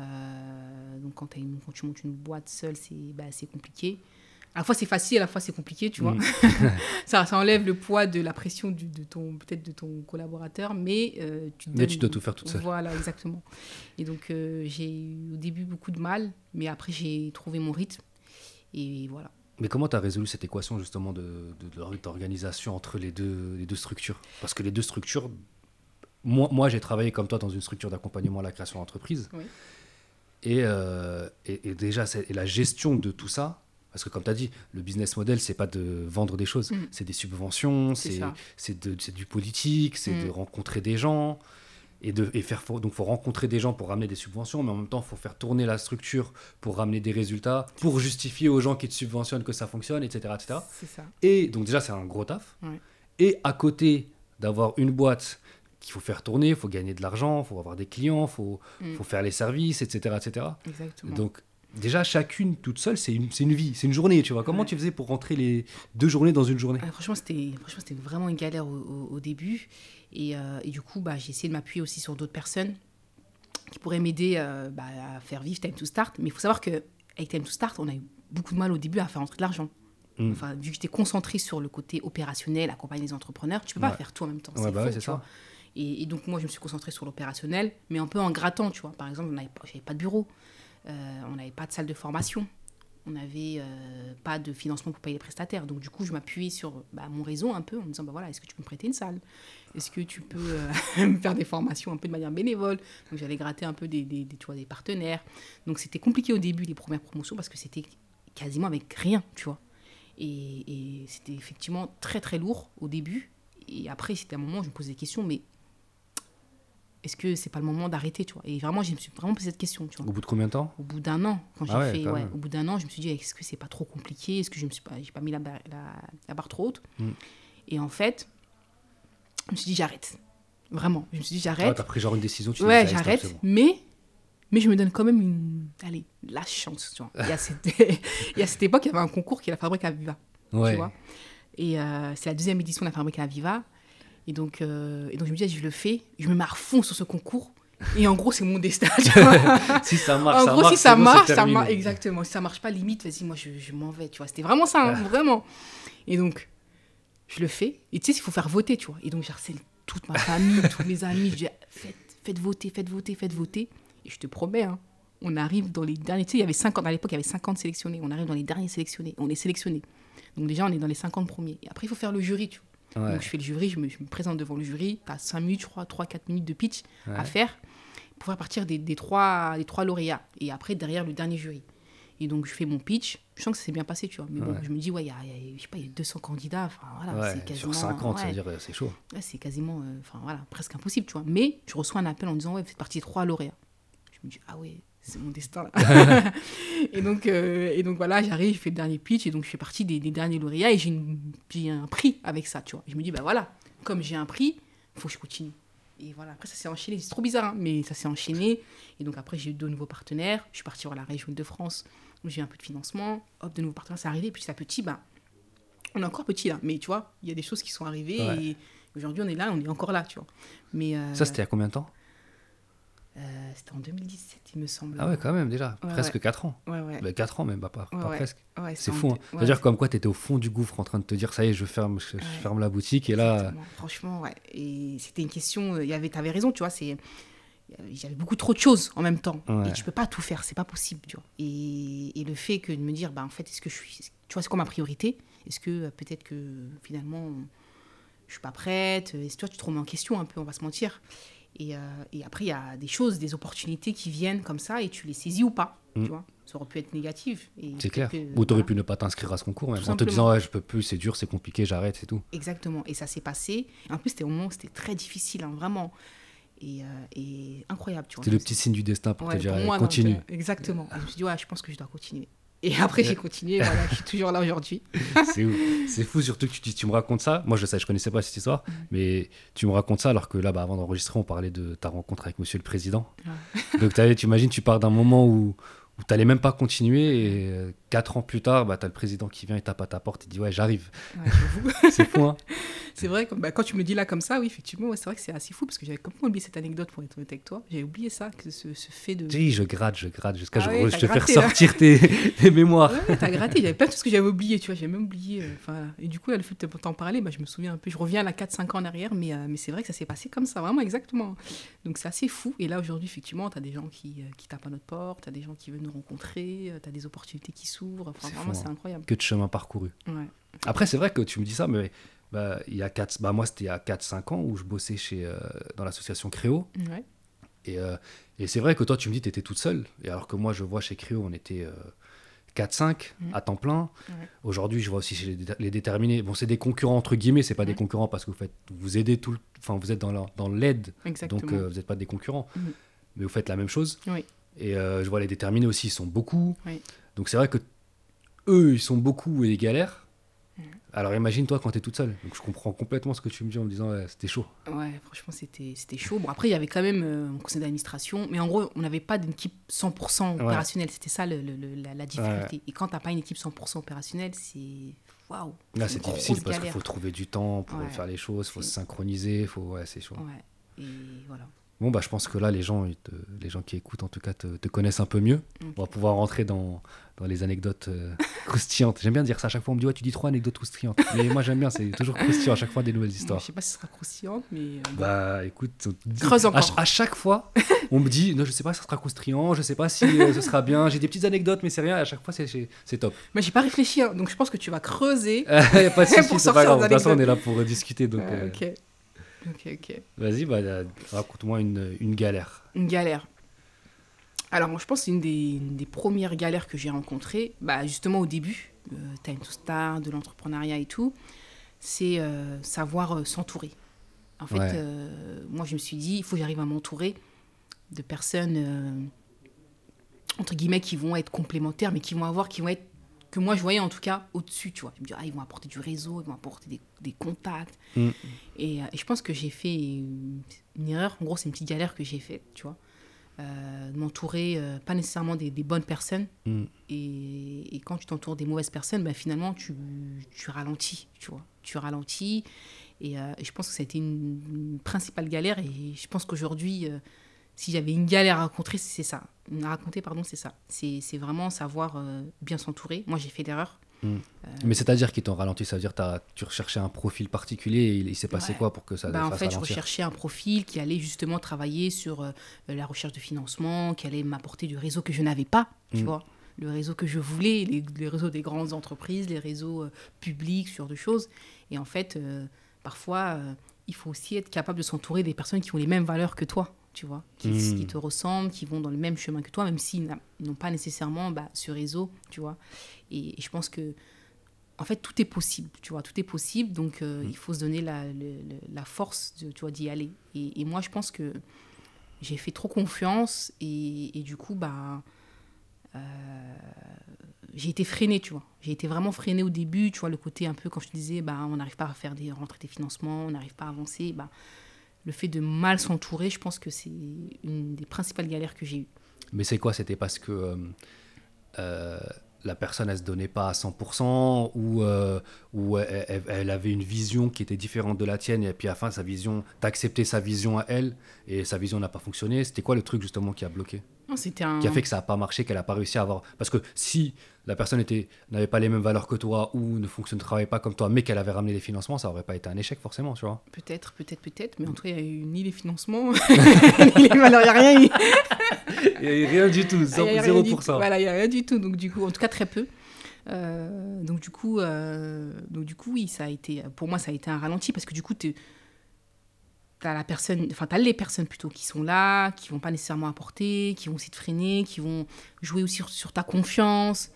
S2: Euh, donc quand, t'as une, quand tu montes une boîte seule, c'est, bah, c'est compliqué. À la fois c'est facile, à la fois c'est compliqué, tu vois.
S1: Mm.
S2: ça, ça enlève le poids de la pression du, de ton, peut-être de ton collaborateur, mais euh, tu te
S1: Mais
S2: donnes-
S1: tu dois tout faire toute seule.
S2: Voilà, exactement. Et donc euh, j'ai eu au début beaucoup de mal, mais après j'ai trouvé mon rythme. Et voilà.
S1: Mais comment tu as résolu cette équation justement de, de, de- d'organisation entre les deux, les deux structures? Parce que les deux structures, moi, moi j'ai travaillé comme toi dans une structure d'accompagnement à la création d'entreprise.
S2: Oui.
S1: Et, euh, et, et déjà, c'est, et la gestion de tout ça, parce que comme tu as dit, le business model, c'est pas de vendre des choses,
S2: Mm.
S1: c'est des subventions,
S2: C'est
S1: c'est,
S2: ça.
S1: c'est, de, c'est du politique, c'est
S2: Mm.
S1: de rencontrer des gens. Et de, et faire, donc, il faut rencontrer des gens pour ramener des subventions, mais en même temps, il faut faire tourner la structure pour ramener des résultats, pour justifier aux gens qui te subventionnent que ça fonctionne, et cetera, et cetera.
S2: C'est ça.
S1: Et donc, déjà, c'est un gros taf.
S2: Ouais.
S1: Et à côté d'avoir une boîte qu'il faut faire tourner, il faut gagner de l'argent, il faut avoir des clients, il faut,
S2: Mm.
S1: faut faire les services, et cetera, et cetera.
S2: Exactement.
S1: Donc, déjà, chacune toute seule, c'est une, c'est une vie, c'est une journée, tu vois. Comment
S2: Ouais.
S1: tu faisais pour rentrer les deux journées dans une journée?
S2: Ah, franchement, c'était, franchement, c'était vraiment une galère au, au- au début. Et, euh, et du coup, bah, j'ai essayé de m'appuyer aussi sur d'autres personnes qui pourraient m'aider euh, bah, à faire vivre Time to Start. Mais il faut savoir qu'avec Time to Start, on a eu beaucoup de mal au début à faire entrer de l'argent.
S1: Mm.
S2: Enfin, vu que j'étais concentrée sur le côté opérationnel, accompagner les entrepreneurs, tu peux pas
S1: Ouais.
S2: faire tout en même temps.
S1: Ouais,
S2: c'est
S1: bah
S2: faux,
S1: ouais, c'est
S2: tu
S1: ça.
S2: vois. Et, et donc, moi, je me suis concentrée sur l'opérationnel, mais un peu en grattant, tu vois. Par exemple, on n'avait pas, j'avais pas de bureau, euh, on n'avait pas de salle de formation, on n'avait euh, pas de financement pour payer les prestataires. Donc, du coup, je m'appuyais sur bah, mon réseau un peu en me disant, bah, voilà, est-ce que tu peux me prêter une salle? Est-ce que tu peux euh, me faire des formations un peu de manière bénévole? Donc, j'allais gratter un peu des, des, des, tu vois, des partenaires. Donc, c'était compliqué au début, les premières promotions, parce que c'était quasiment avec rien, tu vois. Et, et c'était effectivement très, très lourd au début. Et après, c'était un moment où je me posais des questions, mais est-ce que c'est pas le moment d'arrêter, tu vois? Et vraiment, je me suis vraiment posé cette question, tu vois.
S1: Au bout de combien de temps?
S2: Au bout d'un an, quand j'ai
S1: Ah ouais,
S2: fait,
S1: quand
S2: ouais,
S1: même.
S2: au bout d'un an, je me suis dit, est-ce que c'est pas trop compliqué? Est-ce que je me suis pas, j'ai pas mis la, bar- la, la barre trop haute?
S1: Mm.
S2: Et en fait, je me suis dit, j'arrête. Vraiment, je me suis dit,
S1: Ah,
S2: j'arrête.
S1: t'as pris genre une décision, tu t'es
S2: Ouais,
S1: dit, allez, stop,
S2: j'arrête,
S1: c'est bon.
S2: mais, mais je me donne quand même une, allez, la chance, tu vois. Il y a cette, il y a cette époque, il y avait un concours qui est la Fabrique à Viva,
S1: Ouais.
S2: tu vois. Et euh, c'est la deuxième édition de la Fabrique à Viva. Et donc, euh, et donc je me dis, je le fais, je me mets à fond sur ce concours. Et en gros, c'est mon destin. Tu vois.
S1: Si ça marche,
S2: En
S1: ça
S2: gros,
S1: marche.
S2: si ça
S1: c'est bon,
S2: marche,
S1: c'est
S2: ça
S1: terminé.
S2: marche. Exactement. Si ça marche pas, limite, vas-y, moi, je, je m'en vais. Tu vois, c'était vraiment ça, hein, vraiment. Et donc, je le fais. Et tu sais, il faut faire voter, tu vois. Et donc, j'harcèle toute ma famille, tous mes amis. Je dis, faites, faites voter, faites voter, faites voter. Et je te promets, hein, on arrive dans les derniers. Tu sais, il y avait cinquante, à l'époque, il y avait cinquante sélectionnés. On arrive dans les derniers sélectionnés. On est sélectionnés. Donc, déjà, on est dans les cinquante premiers. Et après, il faut faire le jury, tu vois.
S1: Ouais.
S2: Donc, je fais le jury, je me, je me présente devant le jury. Tu as cinq minutes, je crois, trois quatre minutes de pitch
S1: Ouais.
S2: à faire pour faire partir des, des, trois, des trois lauréats. Et après, derrière, le dernier jury. Et donc, je fais mon pitch. Je sens que ça s'est bien passé, tu vois. Mais bon,
S1: Ouais.
S2: je me dis, ouais, il y a, il y a, je sais pas, il y a deux cents candidats. Enfin, voilà,
S1: Ouais,
S2: c'est quasiment...
S1: sur cinquante, ça
S2: ouais,
S1: veut dire euh, c'est chaud.
S2: ouais, c'est quasiment, euh, enfin, voilà, presque impossible, tu vois. Mais je reçois un appel en disant, ouais, vous faites partie des trois lauréats. Je me dis, ah ouais, c'est mon destin, là. et, donc, euh, et donc, voilà, j'arrive, je fais le dernier pitch. Et donc, je fais partie des, des derniers lauréats. Et j'ai, une, j'ai un prix avec ça, tu vois. Je me dis, bah voilà, comme j'ai un prix, il faut que je continue. Et voilà, après, ça s'est enchaîné. C'est trop bizarre, hein, mais ça s'est enchaîné. Et donc, après, j'ai eu deux nouveaux partenaires. Je suis partie voir la région de France, où j'ai eu un peu de financement. Hop, de nouveaux partenaires, c'est arrivé. Et puis, petit à petit, bah, on est encore petit, là. Mais tu vois, il y a des choses qui sont arrivées.
S1: Ouais.
S2: Et Aujourd'hui, on est là, on est encore là, tu vois. Mais, euh,
S1: Ça, c'était il y a combien de temps?
S2: euh, c'était en deux mille dix-sept, il me semble.
S1: Ah ouais, quand même, déjà.
S2: Ouais,
S1: presque
S2: ouais.
S1: quatre ans.
S2: Ouais, ouais.
S1: Mais quatre ans même, bah, pas,
S2: Ouais,
S1: pas
S2: ouais.
S1: presque.
S2: Ouais,
S1: C'est
S2: en
S1: fou, hein.
S2: deux- ouais,
S1: C'est-à-dire comme quoi tu étais au fond du gouffre en train de te dire, ça y est, je ferme, je, je
S2: Ouais.
S1: ferme la boutique. Et là,
S2: Exactement. Franchement, ouais. Et c'était une question. euh, Il y avait, t'avais raison, tu vois. C'est, j'avais beaucoup trop de choses en même temps.
S1: Ouais.
S2: Et tu peux pas tout faire, c'est pas possible, tu vois. Et, et le fait que de me dire, bah, en fait, est-ce que je suis. Tu vois, c'est quoi ma priorité? Est-ce que euh, peut-être que finalement, je suis pas prête? Est-ce que toi, tu te remets en question un peu, on va se mentir. Et, euh, et après, il y a des choses, des opportunités qui viennent comme ça et tu les saisis ou pas,
S1: Mm.
S2: tu vois. Ça aurait pu être négatif. Et
S1: c'est clair.
S2: peut-être que,
S1: Ou t'aurais
S2: voilà.
S1: pu ne pas t'inscrire à ce concours, même.
S2: Tout
S1: En te
S2: simplement.
S1: disant, ouais, je peux plus, c'est dur, c'est compliqué, j'arrête, c'est tout.
S2: Exactement. Et ça s'est passé. Et en plus, c'était au moment où c'était très difficile, hein, vraiment. Et, euh, et incroyable, tu vois.
S1: C'est
S2: Je
S1: le
S2: me
S1: petit
S2: suis-
S1: signe du destin pour
S2: Ouais,
S1: te dire,
S2: pour
S1: allez,
S2: moi, non,
S1: continue.
S2: t'as- exactement. Et je me suis dit, ouais, je pense que je dois continuer. Et après, j'ai continué. Et voilà, je suis toujours là aujourd'hui.
S1: C'est ouf. C'est fou, surtout que tu, tu me racontes ça. Moi, je sais, je connaissais pas cette histoire,
S2: Mhm.
S1: mais tu me racontes ça alors que là, bah, avant d'enregistrer, on parlait de ta rencontre avec Monsieur le Président.
S2: Ouais.
S1: Donc, t'avais- tu imagines, tu pars d'un moment où, où tu n'allais même pas continuer et euh, quatre ans plus tard, bah, tu as le président qui vient et tape à ta porte et dit ouais, j'arrive.
S2: Ouais, j'avoue.
S1: C'est fou, hein.
S2: C'est vrai, comme, bah, quand tu me dis là comme ça, oui, effectivement, ouais, c'est vrai que c'est assez fou parce que j'avais complètement oublié cette anecdote pour être honnête avec toi. J'avais oublié ça, que ce, ce fait de.
S1: Si, je gratte, je gratte jusqu'à
S2: Ah
S1: je,
S2: ouais,
S1: je
S2: t'as
S1: te fais
S2: gratté, là.
S1: ressortir tes, tes mémoires.
S2: Ouais, t'as gratté, il y avait plein de choses que j'avais oubliées, tu vois, j'avais même oublié. euh, Enfin, et du coup, là, le fait de t'en parler, bah, je me souviens un peu, je reviens à la quatre cinq ans en arrière, mais, euh, mais c'est vrai que ça s'est passé comme ça, vraiment exactement. Donc c'est assez fou. Et là, aujourd'hui, effectivement, t'as des gens qui, euh, qui tapent à notre porte, t'as des gens qui veulent nous rencontrer, euh, t'as des opportunités qui s'ouvrent. Enfin,
S1: C'est
S2: vraiment,
S1: fou,
S2: c'est
S1: hein.
S2: incroyable.
S1: Que de chemin parcouru.
S2: Ouais.
S1: Après, c'est vrai que tu me dis ça, mais bah, il y a quatre, bah, moi, c'était il y a quatre cinq ans où je bossais chez, euh, dans l'association Créo.
S2: Ouais.
S1: Et, euh, et c'est vrai que toi, tu me dis que tu étais toute seule. Et alors que moi, je vois chez Créo, on était euh, quatre cinq
S2: Mhm.
S1: à temps plein.
S2: Ouais.
S1: Aujourd'hui, je vois aussi chez les, dé- les déterminés. Bon, c'est des concurrents, entre guillemets. C'est pas des
S2: Mhm.
S1: concurrents parce que vous, faites, vous aidez tout le... Enfin, vous êtes dans, la- dans l'aide.
S2: Exactement.
S1: Donc, euh, vous n'êtes pas des concurrents.
S2: Mhm.
S1: Mais vous faites la même chose.
S2: Oui.
S1: Et euh, je vois les déterminés aussi, ils sont beaucoup.
S2: Oui.
S1: Donc, c'est vrai que eux, ils sont beaucoup et ils galèrent.
S2: Mhm.
S1: Alors, imagine-toi quand tu es toute seule. Donc, je comprends complètement ce que tu me dis en me disant, ouais, c'était chaud.
S2: Ouais, franchement, c'était, c'était chaud. Bon, après, il y avait quand même euh, un conseil d'administration, mais en gros, on n'avait pas d'une équipe cent pour cent
S1: Ouais.
S2: opérationnelle. C'était ça le, le- le- la, la difficulté. Et quand tu n'as pas une équipe cent pour cent opérationnelle, c'est. Waouh!
S1: Là,
S2: c'est
S1: c'est
S2: une grosse
S1: difficile parce qu'il
S2: galère.
S1: faut trouver du temps pour
S2: Ouais.
S1: faire les choses, il faut
S2: C'est-
S1: se synchroniser, faut... ouais, c'est chaud.
S2: Ouais. Et voilà.
S1: Bon, bah, je pense que là, les gens, ils te- les gens qui écoutent, en tout cas, te, te connaissent un peu mieux.
S2: Ok.
S1: On va pouvoir rentrer dans, dans les anecdotes euh, croustillantes. J'aime bien dire ça à chaque fois. On me dit, ouais, tu dis trop anecdotes croustillantes. Mais moi, j'aime bien, c'est toujours croustillant à chaque fois des nouvelles
S2: Moi, je
S1: histoires.
S2: sais pas si ce sera croustillante, mais. euh, bon.
S1: Bah, écoute, on te dit-
S2: Creuse
S1: à,
S2: encore.
S1: ch- à chaque fois, on me dit, non, je sais pas si ça sera croustillant, je sais pas si euh, ce sera bien. J'ai des petites anecdotes, mais c'est rien. À chaque fois, c'est, c'est, c'est top.
S2: Mais j'ai pas réfléchi, hein, donc je pense que tu vas creuser.
S1: Y a pas de souci,
S2: Pour
S1: c'est pas
S2: sortir
S1: grave. De
S2: des
S1: toute façon, on
S2: anecdotes.
S1: est là pour euh, discuter. Donc,
S2: Ah,
S1: euh,
S2: ok. Ok, ok.
S1: vas-y, bah, euh, raconte-moi une, une galère.
S2: Une galère. Alors, moi, je pense que c'est une des, une des premières galères que j'ai rencontrées, bah, justement au début, euh, Time to Start, de l'entrepreneuriat et tout, c'est euh, savoir euh, s'entourer. En fait,
S1: Ouais.
S2: euh, moi, je me suis dit, il faut que j'arrive à m'entourer de personnes, euh, entre guillemets, qui vont être complémentaires, mais qui vont avoir, qui vont être, que moi, je voyais en tout cas au-dessus, tu vois. Je me dis, ah, ils vont apporter du réseau, ils vont apporter des, des contacts.
S1: Mm.
S2: Et, euh, et je pense que j'ai fait une, une erreur. En gros, c'est une petite galère que j'ai faite, tu vois. Euh, de m'entourer, euh, pas nécessairement des, des bonnes personnes.
S1: Mm.
S2: Et, et quand tu t'entoures des mauvaises personnes, ben, finalement, tu, tu ralentis, tu vois. Tu ralentis. Et, euh, et je pense que ça a été une, une principale galère. Et je pense qu'aujourd'hui, euh, si j'avais une galère à raconter, c'est ça. À raconter, pardon, c'est ça. C'est, c'est vraiment savoir euh, bien s'entourer. Moi, j'ai fait l'erreur.
S1: Mm. Mais c'est-à-dire qu'ils t'ont ralenti, ça veut dire que tu recherchais un profil particulier et il, il s'est passé
S2: Ouais.
S1: quoi pour que ça
S2: Bah, en
S1: fasse
S2: fait, je
S1: ralentir?
S2: recherchais un profil qui allait justement travailler sur euh, la recherche de financement, qui allait m'apporter du réseau que je n'avais pas, tu
S1: Mm.
S2: vois. Le réseau que je voulais, les, les réseaux des grandes entreprises, les réseaux euh, publics, ce genre de choses. Et en fait, euh, parfois, euh, il faut aussi être capable de s'entourer des personnes qui ont les mêmes valeurs que toi, tu vois, qui,
S1: Mm.
S2: qui te ressemblent, qui vont dans le même chemin que toi, même s'ils n'a- n'ont pas nécessairement bah, ce réseau, tu vois. Et, et je pense que en fait, tout est possible, tu vois, tout est possible, donc euh,
S1: Mm.
S2: il faut se donner la, le- le- la force, de, tu vois, d'y aller. Et, et moi, je pense que j'ai fait trop confiance et, et du coup, bah, euh, j'ai été freinée, tu vois. J'ai été vraiment freinée au début, tu vois, le côté un peu, quand je te disais, bah, on n'arrive pas à faire des rentrées des financements, on n'arrive pas à avancer, bah, le fait de mal s'entourer, je pense que c'est une des principales galères que j'ai eues.
S1: Mais c'est quoi? C'était parce que euh, euh, la personne, elle se donnait pas à cent pour cent, ou, euh, ou elle, elle- elle avait une vision qui était différente de la tienne, et puis à la fin, sa vision, t'as accepté sa vision à elle, et sa vision n'a pas fonctionné. C'était quoi le truc justement qui a bloqué?
S2: Non, c'était
S1: Qui a
S2: un...
S1: fait que ça n'a pas marché, qu'elle n'a pas réussi à avoir... Parce que si la personne était, n'avait pas les mêmes valeurs que toi, ou ne fonctionne, ne travaillait pas comme toi, mais qu'elle avait ramené les financements, ça aurait pas été un échec forcément, tu vois.
S2: Peut-être, peut-être, peut-être, mais en tout cas, il n'y a eu ni les financements, ni les valeurs, il n'y a rien eu.
S1: Il n'y a rien du tout,
S2: Il y a rien
S1: zéro
S2: du
S1: pour
S2: tout.
S1: cent.
S2: Voilà, il n'y a rien du tout. Donc, du coup, en tout cas, très peu. Euh, donc, du coup, euh, donc, du coup, oui, ça a été, pour moi, ça a été un ralenti parce que du coup, tu as la personne, enfin, tu as les personnes plutôt qui sont là, qui vont pas nécessairement apporter, qui vont aussi te freiner, qui vont jouer aussi sur, sur ta confiance.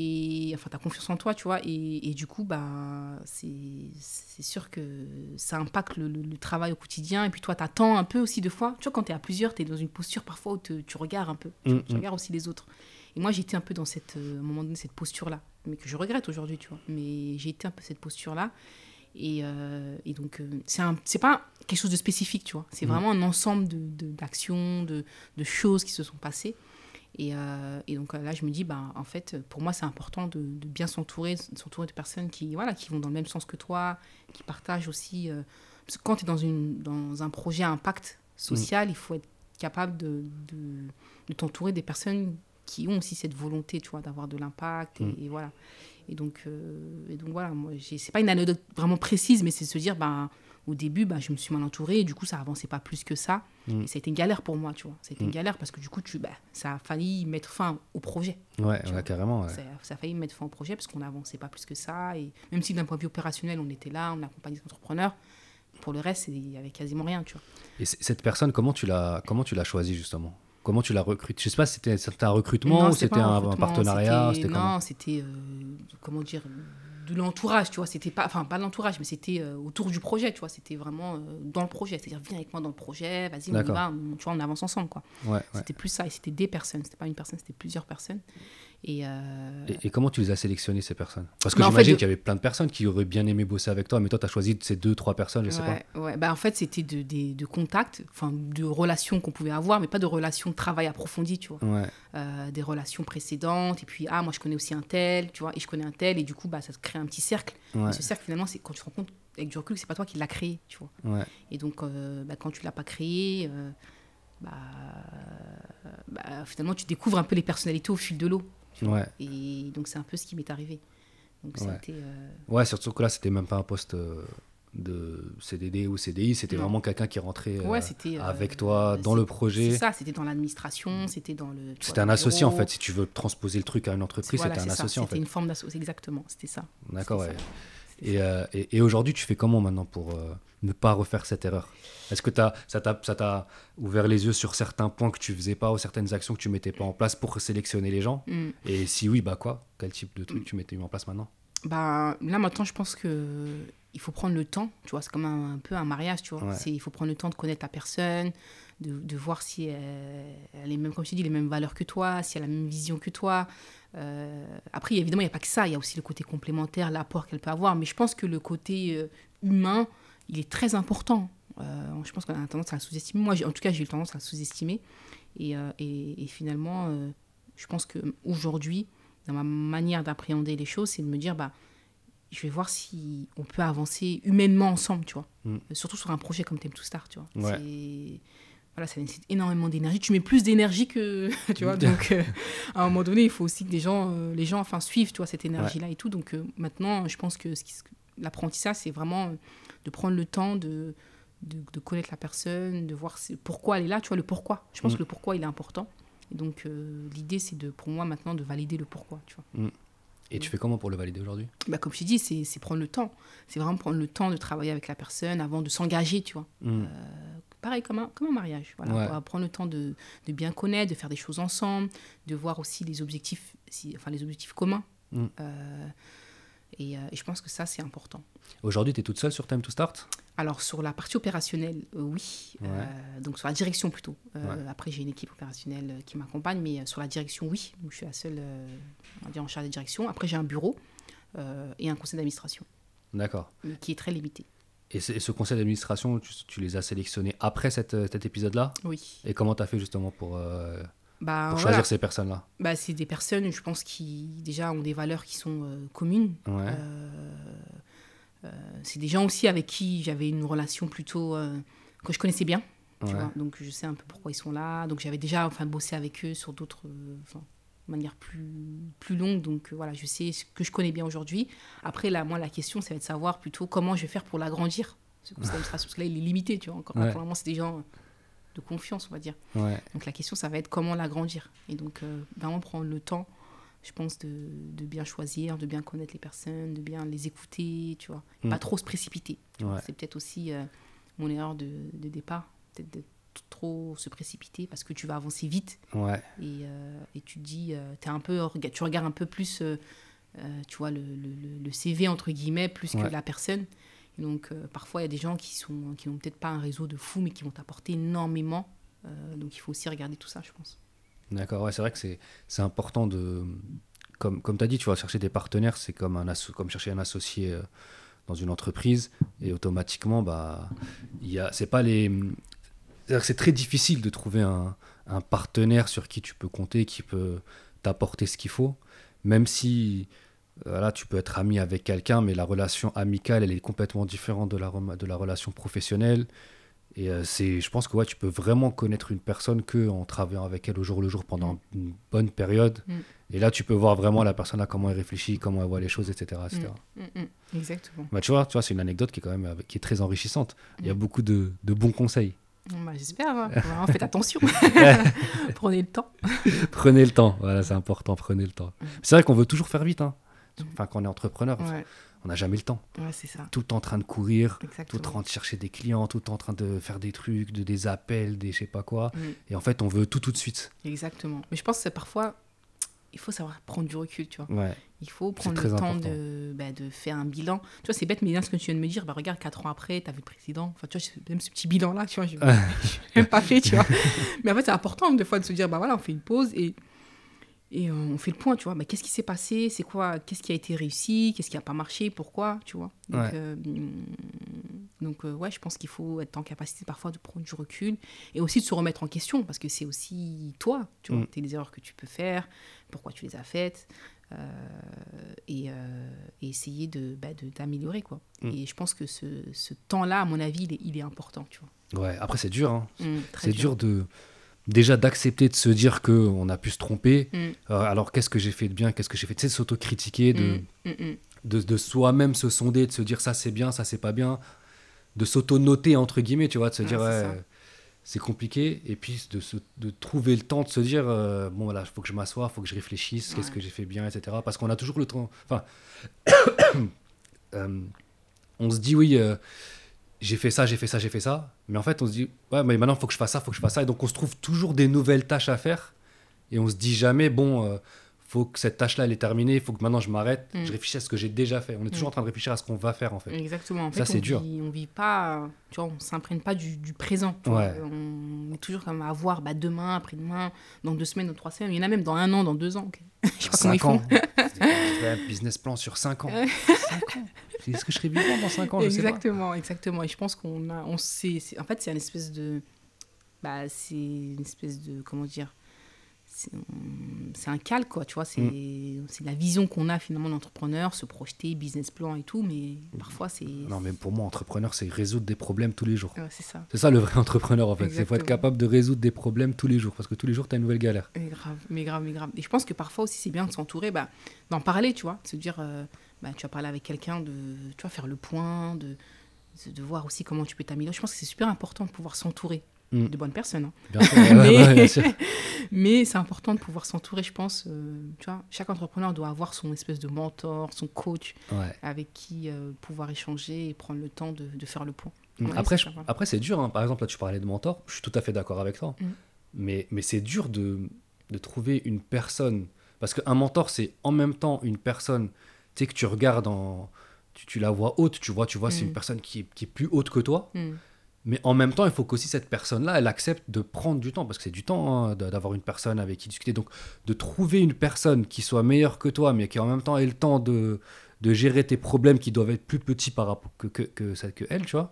S2: Et enfin, ta confiance en toi, tu vois. Et, et du coup, bah, c'est, c'est sûr que ça impacte le, le, le travail au quotidien. Et puis, toi, tu attends un peu aussi, de fois. Tu vois, quand tu es à plusieurs, tu es dans une posture parfois où te, tu regardes un peu. Tu,
S1: Mm,
S2: tu
S1: mm.
S2: regardes aussi les autres. Et moi, j'étais un peu dans cette, euh, à un moment donné, cette posture-là. Mais que je regrette aujourd'hui, tu vois. Mais j'ai été un peu cette posture-là. Et, euh, et donc, euh, c'est, un, c'est pas quelque chose de spécifique, tu vois. C'est
S1: Mm.
S2: vraiment un ensemble de, de, d'actions, de, de choses qui se sont passées. Et, euh, et donc là, je me dis, bah, en fait, pour moi, c'est important de, de bien s'entourer, de s'entourer de personnes qui, voilà, qui vont dans le même sens que toi, qui partagent aussi. Euh, parce que quand tu es dans, une, dans un projet à impact social, mm. il faut être capable de, de, de t'entourer des personnes qui ont aussi cette volonté, tu vois, d'avoir de l'impact. Et, mm. et voilà. Et donc, euh, et donc voilà, moi, j'ai, c'est pas une anecdote vraiment précise, mais c'est de se dire, bah, au début, bah, je me suis mal entourée et du coup, ça avançait pas plus que ça. Mm. Et ça a été une galère pour moi, tu vois. Ça a été mm. une galère parce que du coup, tu, bah, ça a failli mettre fin au projet.
S1: Ouais, ouais carrément. Ouais.
S2: Ça, ça a failli mettre fin au projet parce qu'on n'avançait pas plus que ça. Et même si d'un point de vue opérationnel, on était là, on accompagnait les entrepreneurs, pour le reste, il n'y avait quasiment rien, tu vois.
S1: Et c- cette personne, comment tu l'as, comment tu l'as choisie justement? Comment tu l'as recrutée? Je sais pas si c'était, c'était un recrutement
S2: non,
S1: ou c'était
S2: un,
S1: un,
S2: recrutement,
S1: un partenariat
S2: c'était,
S1: c'était
S2: Non,
S1: comment?
S2: c'était, euh, comment dire, de l'entourage, tu vois. C'était pas, enfin, pas de l'entourage, mais c'était euh, autour du projet, tu vois. C'était vraiment euh, dans le projet. C'est-à-dire, viens avec moi dans le projet, vas-y, D'accord. on y va, on, tu vois, on avance ensemble, quoi.
S1: Ouais,
S2: c'était
S1: ouais.
S2: plus ça, et c'était des personnes. C'était pas une personne, c'était plusieurs personnes. Et, euh...
S1: et, et comment tu les as sélectionnées, ces personnes? Parce que bah, j'imagine en fait, qu'il y avait plein de personnes qui auraient bien aimé bosser avec toi, mais toi, tu as choisi de ces deux, trois personnes, je sais
S2: ouais,
S1: pas.
S2: Ouais, bah, en fait, c'était de, de, de contacts, enfin, de relations qu'on pouvait avoir, mais pas de relations de travail approfondies, tu vois.
S1: Ouais.
S2: Euh, des relations précédentes, et puis, ah, moi, je connais aussi un tel, tu vois, et je connais un tel, et du coup, bah, ça crée un petit cercle.
S1: Ouais.
S2: Et ce cercle, finalement, c'est quand tu te rends compte, avec du recul, c'est pas toi qui l'as créé, tu vois.
S1: Ouais.
S2: Et donc, euh, bah, quand tu l'as pas créé, euh, bah, bah, finalement, tu découvres un peu les personnalités au fil de l'eau.
S1: Ouais.
S2: Et donc, c'est un peu ce qui m'est arrivé. Donc, ça
S1: ouais.
S2: a été, euh...
S1: ouais, surtout que là, c'était même pas un poste de C D D ou C D I, c'était non. vraiment quelqu'un qui rentrait euh, ouais, avec toi dans le projet.
S2: C'est ça, c'était dans l'administration, c'était dans le.
S1: C'était un associé en fait, si tu veux transposer le truc à une entreprise,
S2: voilà,
S1: c'était un
S2: ça.
S1: associé en
S2: c'était
S1: fait.
S2: C'était une forme d'associé, exactement, c'était ça.
S1: D'accord,
S2: c'était
S1: ouais.
S2: ça.
S1: Et, euh, et, et aujourd'hui, tu fais comment maintenant pour euh, ne pas refaire cette erreur? Est-ce que t'as, ça, t'a, ça t'a ouvert les yeux sur certains points que tu faisais pas ou certaines actions que tu mettais pas en place pour sélectionner les gens? mm. Et si oui, bah quoi? Quel type de truc mm. tu mettais en place maintenant?
S2: Bah, là, maintenant, je pense que il faut prendre le temps, tu vois, c'est comme un, un peu un mariage, tu vois. Ouais. C'est, il faut prendre le temps de connaître la personne, de, de voir si elle, elle est même, comme je t'ai dit, les mêmes valeurs que toi, si elle a la même vision que toi. Euh, après, évidemment, il n'y a pas que ça, il y a aussi le côté complémentaire, l'apport qu'elle peut avoir, mais je pense que le côté euh, humain, il est très important. Euh, je pense qu'on a tendance à la sous-estimer. Moi, j'ai, en tout cas, j'ai eu tendance à la sous-estimer. Et, euh, et, et finalement, euh, je pense qu'aujourd'hui, dans ma manière d'appréhender les choses, c'est de me dire, bah, je vais voir si on peut avancer humainement ensemble, tu vois. Mm. Surtout sur un projet comme Time to Start, tu vois. Ouais. C'est... Voilà, ça nécessite énormément d'énergie. Tu mets plus d'énergie que... tu vois, donc, euh, à un moment donné, il faut aussi que les gens, euh, les gens enfin, suivent, tu vois, cette énergie-là ouais. et tout. Donc, euh, maintenant, je pense que ce qui, l'apprentissage, c'est vraiment de prendre le temps de, de, de connaître la personne, de voir pourquoi elle est là, tu vois, le pourquoi. Je pense mm. que le pourquoi, il est important. Et donc, euh, l'idée, c'est de, pour moi, maintenant, de valider le pourquoi, tu vois. Mm.
S1: Et tu fais comment pour le valider aujourd'hui?
S2: Bah, comme je t'ai dit, c'est, c'est prendre le temps. C'est vraiment prendre le temps de travailler avec la personne avant de s'engager, tu vois. Mm. Euh, pareil, comme un, comme un mariage. Voilà. Ouais. On va prendre le temps de, de bien connaître, de faire des choses ensemble, de voir aussi les objectifs, si, enfin, les objectifs communs. Mm. Euh, et, euh, et je pense que ça, c'est important.
S1: Aujourd'hui, tu es toute seule sur Time to Start? Alors,
S2: sur la partie opérationnelle, euh, oui. Ouais. Euh, donc, sur la direction plutôt. Euh, ouais. Après, j'ai une équipe opérationnelle qui m'accompagne, mais sur la direction, oui. Donc, je suis la seule, euh, on va dire, en charge de direction. Après, j'ai un bureau euh, et un conseil d'administration.
S1: D'accord.
S2: Qui est très limité.
S1: Et, et ce conseil d'administration, tu, tu les as sélectionnés après cette, cet épisode-là?
S2: Oui.
S1: Et comment tu as fait justement pour, euh,
S2: Bah,
S1: pour
S2: voilà.
S1: choisir ces personnes-là?
S2: Bah, c'est des personnes, je pense, qui déjà ont des valeurs qui sont euh, communes.
S1: Ouais.
S2: Euh, euh, c'est des gens aussi avec qui j'avais une relation plutôt euh, que je connaissais bien. Tu
S1: Ouais.
S2: vois, donc je sais un peu pourquoi ils sont là. Donc j'avais déjà enfin, bossé avec eux sur d'autres, euh, enfin, de manière plus, plus longue. Donc euh, voilà, je sais ce que je connais bien aujourd'hui. Après, là, moi, la question, ça va être de savoir plutôt comment je vais faire pour l'agrandir. Ce conseil d'administration, parce que là, il est limité, tu vois. Encore
S1: Ouais.
S2: pour le moment, c'est des gens de confiance, on va dire.
S1: Ouais.
S2: Donc la question, ça va être comment l'agrandir. Et donc euh, vraiment prendre le temps, je pense, de, de bien choisir, de bien connaître les personnes, de bien les écouter, tu vois.
S1: Mm.
S2: Pas trop se précipiter. Tu vois.
S1: Ouais.
S2: C'est peut-être aussi euh, mon erreur de, de départ, peut-être de t- trop se précipiter parce que tu vas avancer vite
S1: Ouais.
S2: et, euh, et tu te dis, euh, t'es un peu, orga- tu regardes un peu plus, euh, euh, tu vois, le, le- le C V, entre guillemets, plus que
S1: Ouais.
S2: la personne. Et donc euh, parfois, il y a des gens qui sont qui n'ont peut-être pas un réseau de fou, mais qui vont t'apporter énormément. Euh, donc il faut aussi regarder tout ça, je pense.
S1: D'accord, ouais, c'est vrai que c'est, c'est important de. Comme, comme tu as dit, tu vois, chercher des partenaires, c'est comme, un asso- comme chercher un associé euh, dans une entreprise. Et automatiquement, bah, il y a, c'est pas les. C'est-à-dire que c'est très difficile de trouver un, un partenaire sur qui tu peux compter, qui peut t'apporter ce qu'il faut. Même si euh, là, tu peux être ami avec quelqu'un, mais la relation amicale, elle est complètement différente de la, rem- de la relation professionnelle. Et euh, c'est, je pense que ouais, tu peux vraiment connaître une personne que en travaillant avec elle au jour le jour pendant
S2: Mm.
S1: une bonne période.
S2: Mm.
S1: Et là, tu peux voir vraiment la personne là, comment elle réfléchit, comment elle voit les choses, et cetera et cetera.
S2: Mm, mm, mm. Exactement.
S1: Bah, tu vois, tu vois, c'est une anecdote qui est quand même avec- qui est très enrichissante. Il y a
S2: Mm.
S1: beaucoup de, de bons conseils.
S2: Bah, j'espère. Hein. Vraiment, faites attention. Prenez le temps.
S1: Prenez le temps, voilà, c'est important, prenez le temps.
S2: Mm.
S1: C'est vrai qu'on veut toujours faire vite, hein. Enfin, quand on est entrepreneur,
S2: Ouais,
S1: on n'a jamais le temps.
S2: ouais c'est ça.
S1: Tout le temps en train de courir, tout le
S2: Exactement.
S1: temps en train de chercher des clients, tout le temps en train de faire des trucs, de, des appels, des je sais pas quoi.
S2: Mm.
S1: Et en fait, on veut tout tout de suite.
S2: Exactement. Mais je pense que c'est parfois, il faut savoir prendre du recul, tu vois.
S1: Ouais,
S2: Il faut
S1: C'est
S2: prendre
S1: très
S2: le temps
S1: important.
S2: de, bah, de faire un bilan. Tu vois, c'est bête, mais là, ce que tu viens de me dire, bah, regarde, quatre ans après, tu as vu le président. Enfin, tu vois, même ce petit bilan-là, tu vois, je n'ai même pas fait, tu vois. Mais en fait, c'est important, des fois, de se dire, bah voilà, on fait une pause et, et euh, on fait le point, tu vois. Bah, qu'est-ce qui s'est passé? C'est quoi? Qu'est-ce qui a été réussi? Qu'est-ce qui n'a pas marché? Pourquoi? Tu vois. Donc,
S1: Ouais.
S2: euh, donc euh, ouais, je pense qu'il faut être en capacité parfois de prendre du recul et aussi de se remettre en question parce que c'est aussi toi, tu vois,
S1: Mm.
S2: tes les erreurs que tu peux faire, pourquoi tu les as faites. Euh, et, euh, et essayer de, bah, de d'améliorer quoi.
S1: Mm.
S2: Et je pense que ce, ce temps-là, à mon avis, il est, il est important, tu vois.
S1: Ouais, après, c'est dur, hein.
S2: Mm, très
S1: C'est dur de déjà d'accepter de se dire qu'on a pu se tromper.
S2: Mm,
S1: Euh, alors, qu'est-ce que j'ai fait de bien? Qu'est-ce que j'ai fait? Tu sais, de s'autocritiquer, de,
S2: mm, mm, mm.
S1: de, de soi-même se sonder, de se dire ça c'est bien, ça c'est pas bien, de s'auto-noter entre guillemets, tu vois, de se
S2: Ouais,
S1: dire
S2: c'est
S1: ouais,
S2: ça.
S1: euh, c'est compliqué, et puis de, se, de trouver le temps de se dire euh, bon voilà, il faut que je m'assoie, il faut que je réfléchisse, qu'est-ce
S2: Ouais.
S1: que j'ai fait bien, et cetera. Parce qu'on a toujours le temps, enfin, euh, on se dit oui, euh, j'ai fait ça, j'ai fait ça, j'ai fait ça, mais en fait on se dit ouais, mais maintenant il faut que je fasse ça, il faut que je fasse ça, et donc on se trouve toujours des nouvelles tâches à faire, et on se dit jamais bon. Euh, faut que cette tâche-là, elle est terminée, il faut que maintenant je m'arrête,
S2: Mm.
S1: je réfléchisse à ce que j'ai déjà fait. On est toujours
S2: Mm.
S1: en train de réfléchir à ce qu'on va faire, en fait.
S2: Exactement. En
S1: Ça,
S2: fait,
S1: c'est
S2: on
S1: dur.
S2: vit, on vit pas, tu vois, on s'imprègne pas du, du présent. Tu vois.
S1: Ouais.
S2: On est toujours comme à voir bah, demain, après-demain, dans deux semaines, dans trois semaines. Il y en a même dans un an, dans deux ans. ok. Je sais
S1: Sur
S2: pas comment ils
S1: cinq ans.
S2: font.
S1: Je fais un business plan sur cinq ans. cinq ans. Est-ce que je serai vivant dans cinq ans? Je sais pas.
S2: Exactement, exactement. Et je pense qu'on a, on sait, c'est- en fait, c'est une espèce de, bah, c'est une espèce de, comment dire, c'est, on- c'est un calque, quoi, tu vois, c'est,
S1: Mm.
S2: c'est la vision qu'on a finalement d'entrepreneur, se projeter, business plan et tout, mais parfois c'est...
S1: Non, mais pour moi, entrepreneur, c'est résoudre des problèmes tous les jours.
S2: Ouais, c'est ça.
S1: C'est ça le vrai entrepreneur, en fait. C'est faut être
S2: Exactement.
S1: capable de résoudre des problèmes tous les jours. Parce que tous les jours, tu as une nouvelle galère.
S2: Mais grave, mais grave, mais grave. Et je pense que parfois aussi, c'est bien de s'entourer, bah, d'en parler, tu vois, de se dire, euh, bah, tu vas parler avec quelqu'un, de, tu vas faire le point, de, de, de voir aussi comment tu peux t'améliorer. Je pense que c'est super important de pouvoir s'entourer
S1: Mm.
S2: de bonnes personnes, hein.
S1: Bien sûr. Ouais,
S2: Mais-
S1: ouais, bien sûr.
S2: Mais c'est important de pouvoir s'entourer, je pense. euh, tu vois, chaque entrepreneur doit avoir son espèce de mentor, son coach,
S1: Ouais.
S2: avec qui euh, pouvoir échanger et prendre le temps de, de faire le point.
S1: Mm.
S2: Ouais,
S1: Après,
S2: c'est
S1: je-
S2: pas mal.
S1: après, c'est dur, hein. Par exemple, là, tu parlais de mentor. Je suis tout à fait d'accord avec toi.
S2: Mm.
S1: Mais, mais c'est dur de, de trouver une personne. Parce qu'un mentor, c'est en même temps une personne, tu sais, que tu regardes en. Tu, tu la vois haute, tu vois, tu vois, c'est
S2: Mm.
S1: une personne qui est, qui est plus haute que toi.
S2: Mm.
S1: Mais en même temps, il faut qu'aussi cette personne-là, elle accepte de prendre du temps. Parce que c'est du temps hein, de- d'avoir une personne avec qui discuter. Donc, de trouver une personne qui soit meilleure que toi, mais qui en même temps ait le temps de, de gérer tes problèmes qui doivent être plus petits par rapport que, que, que, celle que elle, tu vois.
S2: Mm.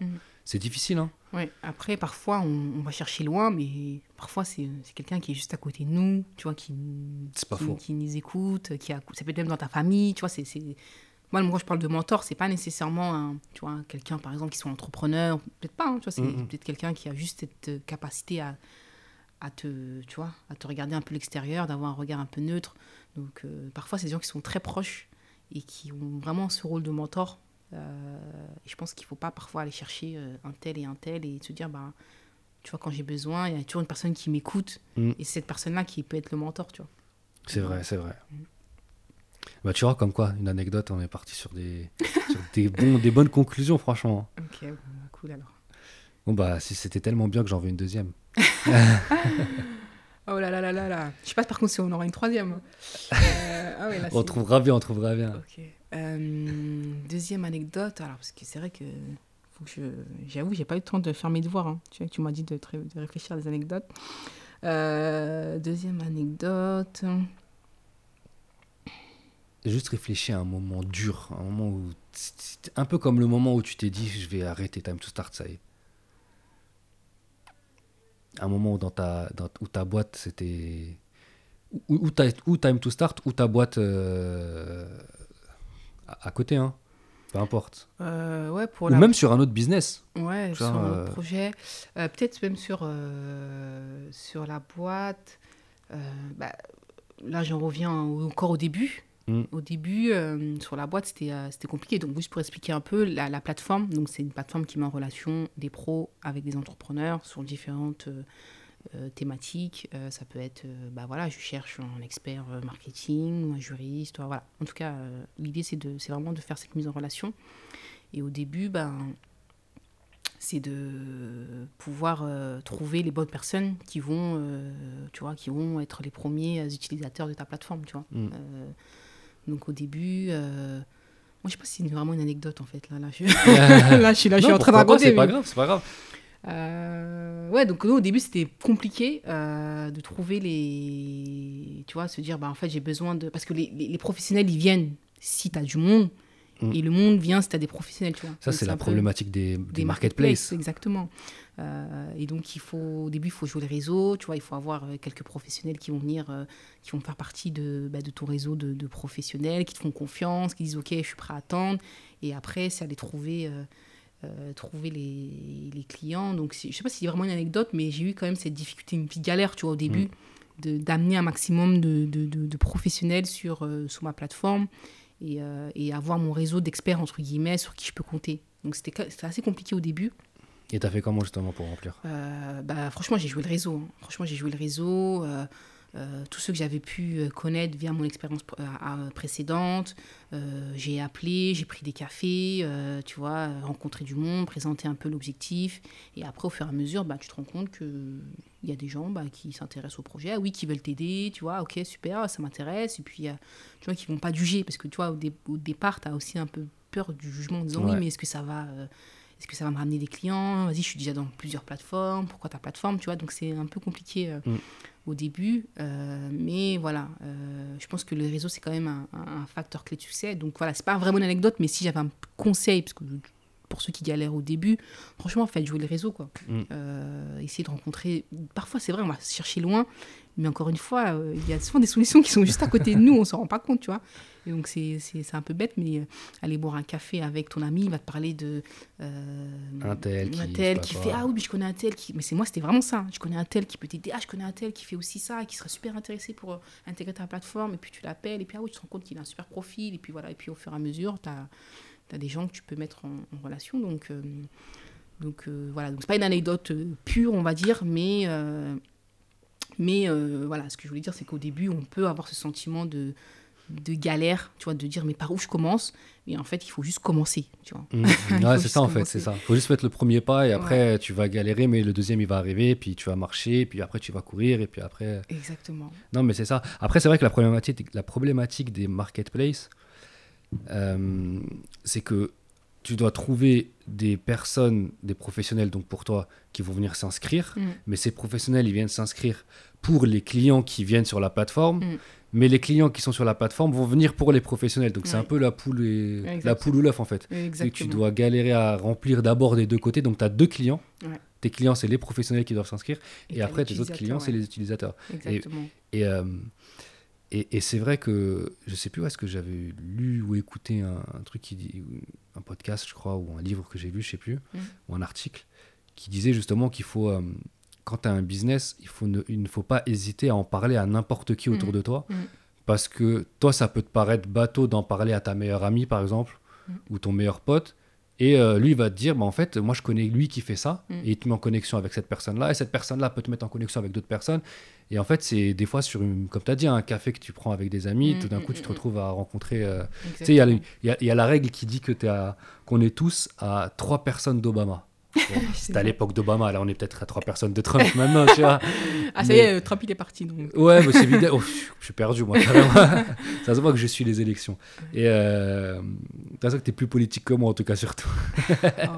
S1: c'est difficile, hein.
S2: Ouais. Après, parfois, on, on va chercher loin, mais parfois, c'est, c'est quelqu'un qui est juste à côté de nous, tu vois, qui,
S1: C'est pas
S2: qui,
S1: faux.
S2: qui nous écoute, qui a, ça peut être même dans ta famille, tu vois, c'est... c'est... Moi, quand je parle de mentor, c'est pas nécessairement un, tu vois, quelqu'un, par exemple, qui soit entrepreneur, peut-être pas, hein, tu vois, c'est
S1: Mm-hmm.
S2: peut-être quelqu'un qui a juste cette capacité à, à te, tu vois, à te regarder un peu l'extérieur, d'avoir un regard un peu neutre. Donc, euh, parfois, c'est des gens qui sont très proches et qui ont vraiment ce rôle de mentor. Euh, et je pense qu'il ne faut pas parfois aller chercher euh, un tel et un tel et se dire, bah, tu vois, quand j'ai besoin, il y a toujours une personne qui m'écoute.
S1: Mm.
S2: Et c'est cette personne-là qui peut être le mentor, tu vois.
S1: C'est vrai, c'est vrai. Bah, tu vois, comme quoi, une anecdote, on est parti sur des, sur des, bons, des bonnes conclusions, franchement.
S2: Ok, bon, bah, cool alors.
S1: Bon, bah, si c'était tellement bien que j'en veux une deuxième.
S2: Oh là là là là là. Je sais pas par contre si on aura une troisième. Euh, ah oui, là,
S1: On
S2: c'est...
S1: trouvera bien, on trouvera bien.
S2: Ok. Euh, deuxième anecdote. Alors, parce que c'est vrai que... Faut que je... J'avoue, j'ai pas eu le temps de faire mes devoirs. Hein. Tu vois, tu m'as dit de, tra- de réfléchir à des anecdotes. Euh, deuxième anecdote...
S1: Juste réfléchir à un moment dur, un moment où... c'est un peu comme le moment où tu t'es dit, je vais arrêter Time to Start, ça y est. Un moment où, dans ta, dans, où ta boîte, c'était... Ou, ou, ta- ou Time to Start, ou ta boîte euh, à, à côté, hein. Peu importe.
S2: Euh, ouais, pour
S1: Ou
S2: la...
S1: même sur un autre business.
S2: Ouais,
S1: Genre,
S2: sur un
S1: euh,
S2: autre projet. Euh, peut-être même sur, euh, sur la boîte. Euh, bah, là, j'en reviens encore au début.
S1: Mm.
S2: Au début, euh, sur la boîte, c'était euh, c'était compliqué. Donc, juste pour expliquer un peu, la, la plateforme, donc c'est une plateforme qui met en relation des pros avec des entrepreneurs sur différentes euh, euh, thématiques. Euh, ça peut être, euh, bah voilà, je cherche un expert euh, marketing, un juriste, voilà. En tout cas, euh, l'idée, c'est de- c'est vraiment de faire cette mise en relation. Et au début, ben, c'est de pouvoir euh, trouver les bonnes personnes qui vont, euh, tu vois, qui vont être les premiers utilisateurs de ta plateforme, tu vois.
S1: Mm.
S2: Euh, donc au début, euh, moi je sais pas si c'est vraiment une anecdote en fait. Là, là, je, là, je suis là, je suis
S1: Non,
S2: en train de
S1: pourquoi pas,
S2: raconter.
S1: c'est pas
S2: mais-
S1: grave, c'est pas grave.
S2: Euh, ouais, donc nous, au début c'était compliqué euh, de trouver les, tu vois, se dire bah en fait j'ai besoin de, parce que les, les, les professionnels ils viennent si t'as du monde.
S1: Mm.
S2: Et le monde vient si t'as des professionnels, tu vois.
S1: Ça,
S2: Donc,
S1: c'est la
S2: un peu-
S1: problématique des, des,
S2: des
S1: marketplaces.
S2: marketplaces, exactement. Euh, et donc, il faut, au début, il faut jouer le réseau, tu vois, il faut avoir euh, quelques professionnels qui vont venir, euh, qui vont faire partie de, bah, de ton réseau de, de professionnels, qui te font confiance, qui disent, OK, je suis prêt à attendre. Et après, c'est aller trouver, euh, euh, trouver les, les clients. Donc, c'est- je sais pas si c'est vraiment une anecdote, mais j'ai eu quand même cette difficulté, une petite galère, tu vois, au début,
S1: Mm.
S2: de, d'amener un maximum de, de, de, de professionnels sur, euh, sur ma plateforme. Et, euh, et avoir mon réseau d'experts, entre guillemets, sur qui je peux compter. Donc c'était, c'était assez compliqué au début.
S1: Et t'as fait comment justement pour remplir?
S2: Euh, bah, franchement, j'ai joué le réseau. hein. Franchement, j'ai joué le réseau. Euh, euh, tous ceux que j'avais pu euh, connaître via mon expérience pr- euh, euh, précédente. Euh, j'ai appelé, j'ai pris des cafés, euh, tu vois, euh, rencontré du monde, présenté un peu l'objectif. Et après, au fur et à mesure, bah, tu te rends compte qu'il y a des gens bah, qui s'intéressent au projet, ah oui, qui veulent t'aider, tu vois, ok, super, ça m'intéresse. Et puis, euh, tu vois, qui vont pas te juger. Parce que, tu vois, au, dé- au départ, tu as aussi un peu peur du jugement en disant,
S1: Ouais.
S2: oui, mais est-ce que ça va... euh, est-ce que ça va me ramener des clients? Vas-y, je suis déjà dans plusieurs plateformes. Pourquoi ta plateforme? Tu vois, donc c'est un peu compliqué euh,
S1: Mm.
S2: au début. Euh, mais voilà, euh, je pense que le réseau, c'est quand même un, un facteur clé de succès. Donc voilà, c'est pas vraiment une anecdote, mais si j'avais un conseil, parce que pour ceux qui galèrent au début, franchement, faites jouer le réseau, quoi.
S1: Mm.
S2: Euh, essayez de rencontrer... Parfois, c'est vrai, on va chercher loin, mais encore une fois, euh, il y a souvent des solutions qui sont juste à côté de nous, on s'en rend pas compte, tu vois. Et donc, c'est, c'est, c'est un peu bête, mais euh, aller boire un café avec ton ami, il va te parler de... Euh,
S1: Un tel qui,
S2: un
S1: je sais
S2: tel
S1: pas
S2: qui
S1: quoi.
S2: fait, ah oui, mais je connais un tel qui... Mais c'est moi, c'était vraiment ça. Je connais un tel qui peut t'aider. Ah, je connais un tel qui fait aussi ça, qui serait super intéressé pour euh, intégrer ta plateforme. Et puis, tu l'appelles, et puis, ah oui, tu te rends compte qu'il a un super profil. Et puis, voilà. Et puis, au fur et à mesure, tu as des gens que tu peux mettre en, en relation. Donc... Euh, Donc euh, voilà, donc c'est pas une anecdote euh, pure, on va dire, mais, euh, mais euh, voilà, ce que je voulais dire, c'est qu'au début, on peut avoir ce sentiment de, de galère, tu vois, de dire mais par où je commence? Mais en fait, il faut juste commencer, tu vois.
S1: Mm.
S2: Il faut
S1: Ouais, c'est
S2: juste
S1: ça en fait,
S2: commencer.
S1: c'est ça. Faut juste mettre le premier pas et après tu vas galérer, mais le deuxième il va arriver, puis tu vas marcher, puis après tu vas courir, et puis après.
S2: Exactement.
S1: Non, mais c'est ça. Après, c'est vrai que la problématique, la problématique des marketplaces, euh, c'est que tu dois trouver des personnes, des professionnels, donc pour toi, qui vont venir s'inscrire.
S2: Mm.
S1: Mais ces professionnels, ils viennent s'inscrire pour les clients qui viennent sur la plateforme.
S2: Mm.
S1: Mais les clients qui sont sur la plateforme vont venir pour les professionnels. Donc, c'est
S2: Ouais.
S1: un peu la poule, et... la
S2: Exactement.
S1: poule ou l'œuf, en fait. C'est que
S2: Exactement.
S1: tu dois galérer à remplir d'abord des deux côtés. Donc, tu as deux clients.
S2: Ouais.
S1: Tes clients, c'est les professionnels qui doivent s'inscrire. Et,
S2: t'as
S1: après, tes autres clients,
S2: l'utilisateur,
S1: c'est
S2: ouais.
S1: les utilisateurs.
S2: Exactement.
S1: Et, euh, et, et c'est vrai que je sais plus où est-ce que j'avais lu ou écouté un, un truc qui dit, un podcast, je crois, ou un livre que j'ai lu, je sais plus,
S2: Mm.
S1: ou un article qui disait justement qu'il faut, euh, quand tu as un business, il, faut ne, il ne faut pas hésiter à en parler à n'importe qui autour
S2: Mm.
S1: de toi,
S2: Mm.
S1: parce que toi, ça peut te paraître bateau d'en parler à ta meilleure amie, par exemple,
S2: Mm.
S1: ou ton meilleur pote. Et euh, lui, il va te dire, bah, en fait, moi, je connais lui qui fait ça,
S2: Mm.
S1: et il te met en connexion avec cette personne-là, et cette personne-là peut te mettre en connexion avec d'autres personnes. Et en fait, c'est des fois, sur une, comme tu as dit, un café que tu prends avec des amis,
S2: Mm,
S1: tout d'un
S2: mm,
S1: coup, tu te
S2: mm,
S1: retrouves à rencontrer... euh, Tu sais, il y, a le-
S2: Exactement.
S1: il y a- il y a la règle qui dit que t'es à- qu'on est tous à trois personnes d'Obama. Bon,
S2: C'est
S1: c'était à
S2: ça.
S1: l'époque d'Obama, là, on est peut-être à trois personnes de Trump maintenant, tu vois.
S2: Ah, ça
S1: Mais-
S2: y est, euh, Trump, il est parti. Donc.
S1: Ouais, mais c'est évident. Oh, je suis perdu, moi, carrément. Ça se voit que je suis les élections. Et euh, t'as ça que t'es plus politique que moi, en tout cas, surtout.
S2: Oh,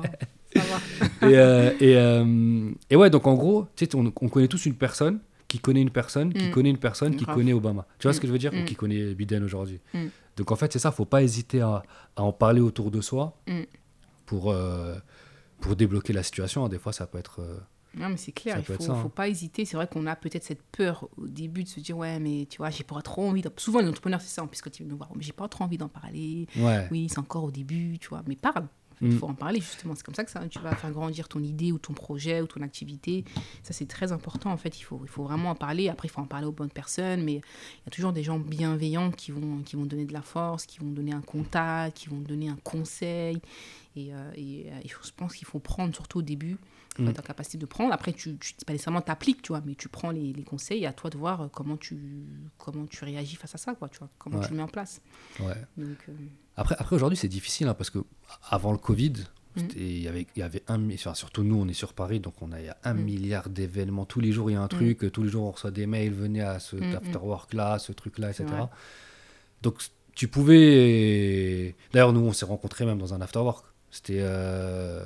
S2: ça va.
S1: Et, euh, et, euh, et ouais, donc en gros, tu sais, on, on connaît tous une personne qui connaît une personne, qui
S2: Mm.
S1: connaît une personne, qui
S2: Grave.
S1: connaît Obama. Tu vois
S2: Mm.
S1: ce que je veux dire? Ou
S2: Mm.
S1: qui connaît Biden aujourd'hui.
S2: Mm.
S1: Donc en fait, c'est ça, faut pas hésiter à, à en parler autour de soi
S2: Mm.
S1: pour, euh, pour débloquer la situation. Des fois, ça peut être... euh,
S2: Non, mais c'est clair,
S1: Ça
S2: il
S1: peut
S2: faut,
S1: être ça,
S2: faut
S1: hein.
S2: pas hésiter. C'est vrai qu'on a peut-être cette peur au début de se dire, ouais, mais tu vois, j'ai pas trop envie. d'en- Souvent, les entrepreneurs, c'est ça, puisque tu viens nous voir, mais j'ai pas trop envie d'en parler.
S1: Ouais.
S2: Oui, c'est encore au début, tu vois, mais parle. Il
S1: Mm.
S2: faut en parler, justement. C'est comme ça que ça, tu vas faire grandir ton idée ou ton projet ou ton activité. Ça, c'est très important, en fait. Il faut, il faut vraiment en parler. Après, il faut en parler aux bonnes personnes, mais il y a toujours des gens bienveillants qui vont, qui vont donner de la force, qui vont donner un contact, qui vont donner un conseil. Et, euh, et, euh, il faut- je pense qu'il faut prendre, surtout au début, faut
S1: Mm.
S2: être en capacité de prendre. Après, tu, tu pas nécessairement t'appliques, tu vois, mais tu prends les, les conseils et à toi de voir euh, comment tu, comment tu réagis face à ça, quoi, tu vois, comment
S1: Ouais.
S2: tu le mets en place.
S1: Ouais.
S2: Donc, euh,
S1: Après, après aujourd'hui, c'est difficile hein, parce que avant le Covid,
S2: Mm.
S1: c'était- il y avait, il y avait un, mi- enfin, surtout nous, on est sur Paris, donc on a il y a un
S2: Mm.
S1: milliard d'événements. Tous les jours, il y a un truc. euh, Tous les jours, on reçoit des mails. Venez à ce
S2: Mm,
S1: after work là, ce truc là,
S2: C'est
S1: et cetera.
S2: vrai.
S1: Donc tu pouvais. D'ailleurs, nous, on s'est rencontrés même dans un after work. C'était euh,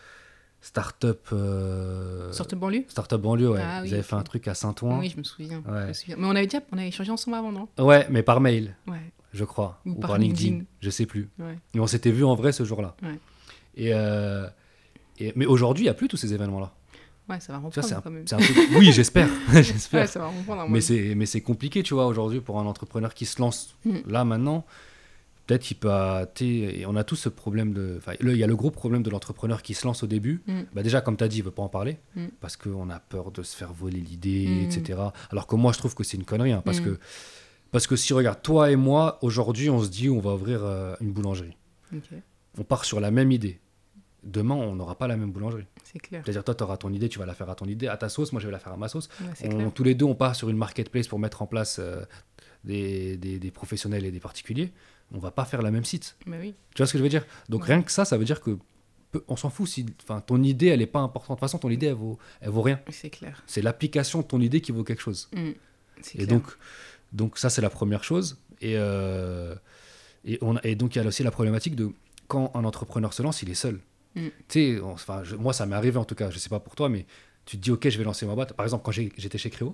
S1: Startup. euh,
S2: sorte de banlieue.
S1: Startup banlieue, ouais.
S2: Ah
S1: Ils
S2: oui,
S1: avaient
S2: ok.
S1: fait un truc à Saint-Ouen.
S2: Oui, je me souviens.
S1: Ouais.
S2: je me souviens. Mais on avait déjà on avait échangé ensemble avant, non?
S1: Ouais, mais par mail,
S2: Ouais.
S1: je crois.
S2: Ou
S1: Ou,
S2: par
S1: par LinkedIn.
S2: LinkedIn.
S1: Je sais plus.
S2: Ouais.
S1: Et on s'était vu en vrai ce jour-là.
S2: Ouais.
S1: Et, euh, et- mais aujourd'hui, il n'y a plus tous ces événements-là.
S2: Ouais, ça va
S1: Tu vois,
S2: reprendre
S1: c'est un,
S2: quand même.
S1: c'est un peu... Oui, j'espère. j'espère.
S2: Ouais, ça va reprendre.
S1: Mais c'est, mais c'est compliqué, tu vois, aujourd'hui, pour un entrepreneur qui se lance
S2: Mm.
S1: là, maintenant. Peut-être qu'il peut... euh, t'es- Et on a tous ce problème de... Enfin, le- il y a le gros problème de l'entrepreneur qui se lance au début.
S2: Mm.
S1: Bah déjà, comme tu as dit, il ne veut pas en parler.
S2: Mm.
S1: Parce qu'on a peur de se faire voler l'idée,
S2: Mm.
S1: et cetera. Alors que moi, je trouve que c'est une connerie. hein, parce,
S2: Mm.
S1: que, parce que si, regarde, toi et moi, aujourd'hui, on se dit on va ouvrir euh, une boulangerie.
S2: Ok,
S1: On part sur la même idée. Demain, on n'aura pas la même boulangerie.
S2: c'est clair.
S1: C'est-à-dire, toi, tu auras ton idée, tu vas la faire à ton idée, à ta sauce, moi, je vais la faire à ma sauce.
S2: Ouais, c'est
S1: On-
S2: clair.
S1: tous les deux, on part sur une marketplace pour mettre en place euh, des, des- des professionnels et des particuliers. On va pas faire la même site.
S2: Mais oui.
S1: Tu vois ce que je veux dire? Donc,
S2: Ouais.
S1: rien que ça, ça veut dire que peu- on s'en fout si enfin, ton idée, elle est pas importante. De toute façon, ton idée, elle vaut, elle vaut rien.
S2: C'est clair.
S1: C'est l'application de ton idée qui vaut quelque chose.
S2: Mm. C'est
S1: Et
S2: clair.
S1: donc, donc, ça, c'est la première chose. Et, euh, et, on a- et donc, il y a aussi la problématique de quand un entrepreneur se lance, il est seul.
S2: Mm.
S1: Tu sais, on- enfin, je- moi, ça m'est arrivé en tout cas, je sais pas pour toi, mais tu te dis, ok, je vais lancer ma boîte. Par exemple, quand j'ai- j'étais chez Créo,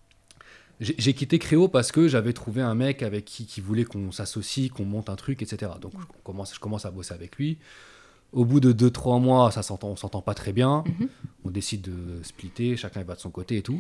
S1: j'ai j'ai quitté Créo parce que j'avais trouvé un mec avec qui, qui voulait qu'on s'associe, qu'on monte un truc, et cetera. Donc, je commence, je commence à bosser avec lui. Au bout de deux trois mois, ça s'entend, on s'entend pas très bien.
S2: Mhm.
S1: On décide de splitter, chacun il va de son côté et tout.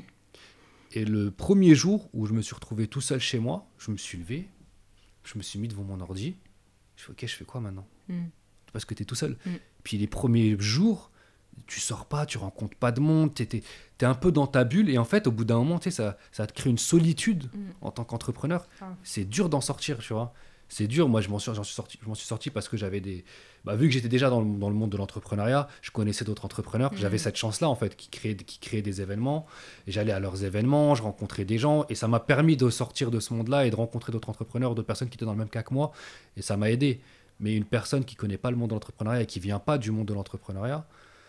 S1: Et le premier jour où je me suis retrouvé tout seul chez moi, je me suis levé, je me suis mis devant mon ordi. Je fais, ok, je fais quoi maintenant?
S2: Mm.
S1: Parce que tu es tout seul.
S2: Mm.
S1: Puis les premiers jours, tu sors pas, tu rencontres pas de monde, tu es un peu dans ta bulle. Et en fait, au bout d'un moment, tu sais, ça, ça te crée une solitude
S2: Mm.
S1: en tant qu'entrepreneur.
S2: Ah.
S1: C'est dur d'en sortir, tu vois. C'est dur. Moi, je m'en suis, j'en suis sorti, je m'en suis sorti parce que j'avais des. Bah, vu que j'étais déjà dans le, dans le monde de l'entrepreneuriat, je connaissais d'autres entrepreneurs.
S2: Mm.
S1: J'avais cette chance-là, en fait, qui créaient, qui créaient des événements. Et j'allais à leurs événements, je rencontrais des gens. Et ça m'a permis de sortir de ce monde-là et de rencontrer d'autres entrepreneurs, d'autres personnes qui étaient dans le même cas que moi. Et ça m'a aidé. Mais une personne qui connaît pas le monde de l'entrepreneuriat et qui vient pas du monde de l'entrepreneuriat,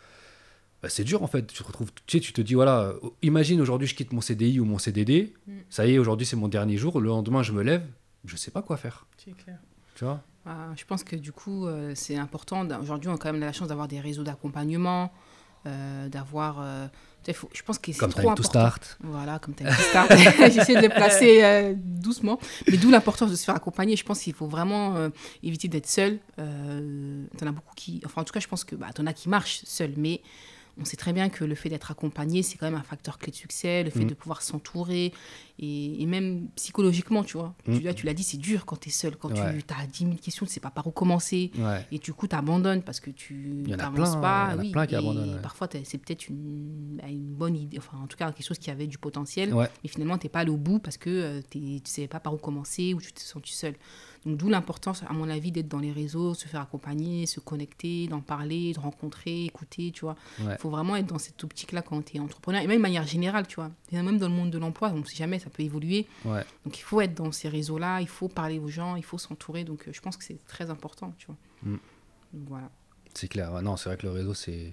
S1: bah, c'est dur en fait. Tu te retrouves, tu sais, tu te dis voilà, euh, imagine aujourd'hui je quitte mon C D I ou mon C D D,
S2: Mm.
S1: ça y est, aujourd'hui c'est mon dernier jour, le lendemain je me lève, je sais pas quoi faire,
S2: C'est clair.
S1: tu vois.
S2: Euh, je pense que du coup, euh, c'est important. d'a- Aujourd'hui, on a quand même la chance d'avoir des réseaux d'accompagnement, euh, d'avoir. euh, tu sais, faut- je pense que c'est
S1: Comme
S2: trop
S1: Time to
S2: important.
S1: Start.
S2: Voilà, comme Time to Start. J'essaie de les placer euh, doucement. Mais d'où l'importance de se faire accompagner. Je pense qu'il faut vraiment euh, éviter d'être seul. Euh, t'en as beaucoup qui. Enfin, en tout cas, je pense que bah, t'en as qui marchent seul. Mais on sait très bien que le fait d'être accompagné, c'est quand même un facteur clé de succès. Le fait
S1: Mm.
S2: de pouvoir s'entourer. Et, et même psychologiquement, tu vois.
S1: Mm.
S2: Tu, là, tu l'as dit, c'est dur quand t'es seul. Quand
S1: Ouais.
S2: tu as dix mille questions, tu sais pas par où commencer.
S1: Ouais.
S2: Et du coup, tu abandonnes parce que tu
S1: Il y en a
S2: n'avances
S1: plein,
S2: pas.
S1: il y en a
S2: Oui,
S1: plein qui
S2: et
S1: abandonnent, ouais.
S2: parfois, t'as- c'est peut-être une, bah, une bonne idée, enfin, en tout cas, quelque chose qui avait du potentiel.
S1: Ouais.
S2: Mais finalement, tu n'es pas allé au bout parce que euh, t'es- tu ne savais pas par où commencer ou tu te sens seul. Donc, d'où l'importance, à mon avis, d'être dans les réseaux, se faire accompagner, se connecter, d'en parler, de rencontrer, écouter, tu vois. Il
S1: Ouais.
S2: faut vraiment être dans cette optique-là quand tu es entrepreneur. Et même de manière générale, tu vois. Et même dans le monde de l'emploi, on ne sait jamais, ça peut évoluer.
S1: Ouais.
S2: Donc, il faut être dans ces réseaux-là, il faut parler aux gens, il faut s'entourer. Donc, euh, je pense que c'est très important, tu vois.
S1: Mm.
S2: Donc, voilà.
S1: C'est clair. Ouais, non, c'est vrai que le réseau, c'est.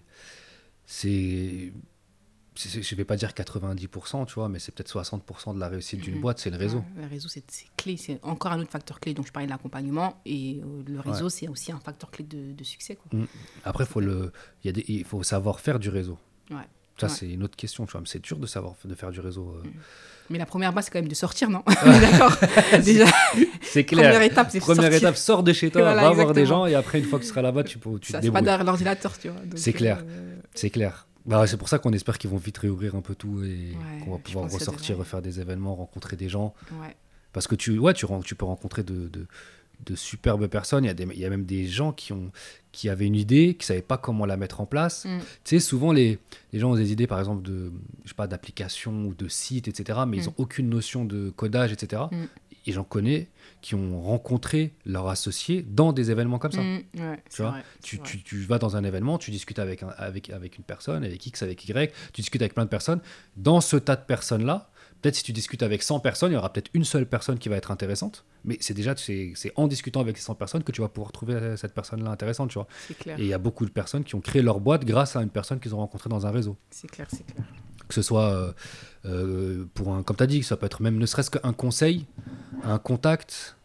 S1: c'est... c'est- c'est- Je vais pas dire quatre-vingt-dix pour cent, tu vois, mais c'est peut-être soixante pour cent de la réussite d'une
S2: Mhm.
S1: boîte, c'est le réseau.
S2: Ouais, le réseau, c'est c'est clé. C'est encore un autre facteur clé. Donc, je parlais de l'accompagnement. Et euh, le réseau,
S1: Ouais.
S2: c'est aussi un facteur clé de, de succès, quoi.
S1: Mm. Après, faut le... il y a des... il faut savoir faire du réseau.
S2: Ouais.
S1: Ça,
S2: Ouais.
S1: c'est une autre question, tu vois. Mais c'est dur de savoir de faire du réseau. euh.
S2: Mais la première base, c'est quand même de sortir, non? On est d'accord. Déjà,
S1: C'est clair.
S2: première étape, c'est
S1: Première
S2: sortir.
S1: étape, sors de chez toi,
S2: Voilà,
S1: va voir des
S2: exactement.
S1: gens, et après, une fois que tu seras là-bas, tu, peux, tu
S2: Ça,
S1: te
S2: c'est pas
S1: débrouilles.
S2: derrière l'ordinateur, tu vois. Donc,
S1: C'est clair.
S2: euh,
S1: C'est clair. Bah, c'est pour ça qu'on espère qu'ils vont vite réouvrir un peu tout et
S2: Ouais,
S1: qu'on va
S2: je
S1: pouvoir
S2: pense que ça
S1: ressortir,
S2: devrait.
S1: refaire des événements, rencontrer des gens.
S2: ouais.
S1: Parce que tu, ouais, tu, ren- tu peux rencontrer de, de, de superbes personnes. Il y, a des, il y a même des gens qui, ont, qui avaient une idée, qui ne savaient pas comment la mettre en place.
S2: Mm.
S1: Tu sais, souvent, les, les gens ont des idées, par exemple, de, je sais pas, d'applications ou de sites, et cetera. Mais ils
S2: Mm.
S1: n'ont aucune notion de codage, et cetera.
S2: Mm.
S1: Et j'en connais qui ont rencontré leurs associés dans des événements comme ça.
S2: Mm, ouais,
S1: Tu
S2: c'est
S1: vois,
S2: vrai,
S1: Tu,
S2: c'est vrai.
S1: tu, tu vas dans un événement, tu discutes avec, un- avec, avec une personne, avec X, avec Y, tu discutes avec plein de personnes. Dans ce tas de personnes-là, peut-être si tu discutes avec cent personnes, il y aura peut-être une seule personne qui va être intéressante. Mais c'est déjà c'est, c'est en discutant avec ces cent personnes que tu vas pouvoir trouver cette personne-là intéressante. Tu vois.
S2: C'est clair.
S1: Et il y a beaucoup de personnes qui ont créé leur boîte grâce à une personne qu'ils ont rencontrée dans un réseau.
S2: C'est clair, c'est clair.
S1: Que ce soit, euh, euh, pour un, comme tu as dit, ça peut être même ne serait-ce qu'un conseil, un contact,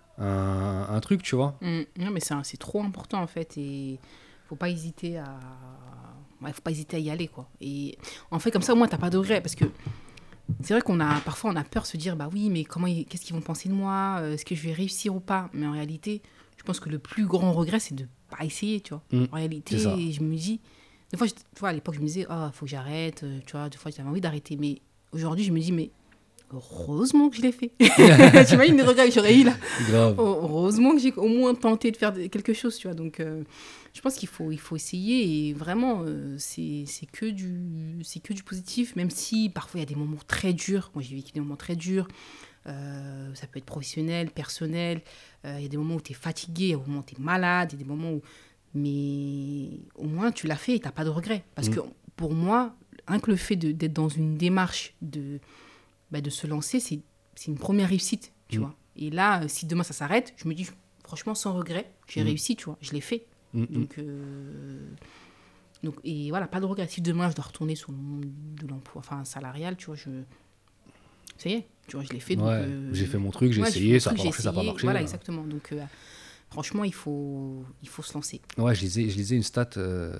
S1: un, un truc, tu vois.
S2: Mm. Non, mais c'est un- c'est trop important, en fait. Et faut pas hésiter à... Ouais, faut pas hésiter à y aller, quoi. Et en fait, comme ça, au moins, t'as pas de regret. Parce que c'est vrai qu'on a... Parfois, on a peur de se dire, bah oui, mais comment ils- qu'est-ce qu'ils vont penser de moi? Euh, Est-ce que je vais réussir ou pas? Mais en réalité, je pense que le plus grand regret, c'est de pas essayer, tu vois.
S1: Mm.
S2: En réalité,
S1: C'est ça.
S2: je me dis... Des fois, je- tu vois, à l'époque, je me disais, oh, faut que j'arrête. euh, Tu vois, des fois, j'avais envie d'arrêter. Mais aujourd'hui, je me dis, mais heureusement que je l'ai fait. Tu imagines les regrets que j'aurais eu là?
S1: Grave.
S2: Oh, heureusement que j'ai au moins tenté de faire de- quelque chose, tu vois. Donc, euh, je pense qu'il faut, il faut essayer. Et vraiment, euh, c'est c'est que, du- c'est que du positif, même si parfois il y a des moments très durs. Moi, j'ai vécu des moments très durs. Euh, ça peut être professionnel, personnel. Euh, Il y a des moments où tu es fatigué, il y a des moments où tu es malade, il y a des moments où... Mais au moins, tu l'as fait et tu n'as pas de regrets. Parce
S1: Mm.
S2: que pour moi, rien que le fait de- d'être dans une démarche de, bah, de se lancer, c'est c'est une première réussite, tu
S1: Mm.
S2: vois. Et là, euh, si demain ça s'arrête, je me dis, franchement, sans regret, j'ai
S1: Mm.
S2: réussi, tu vois. Je l'ai fait.
S1: Mm, mm.
S2: Donc, euh, donc, et voilà, pas de regret. Si demain je dois retourner sur le monde de l'emploi, enfin salarial, tu vois, je... ça y est, tu vois, je l'ai fait. Donc,
S1: Ouais,
S2: euh,
S1: j'ai fait mon truc, j'ai
S2: ouais,
S1: essayé,
S2: fait
S1: ça
S2: mon
S1: n'a pas
S2: truc,
S1: marché,
S2: j'ai
S1: ça n'a pas
S2: essayé.
S1: marché.
S2: Voilà,
S1: euh.
S2: exactement. Donc, euh, franchement, il faut, il faut se lancer.
S1: Ouais, je lisais, je lisais une stat euh,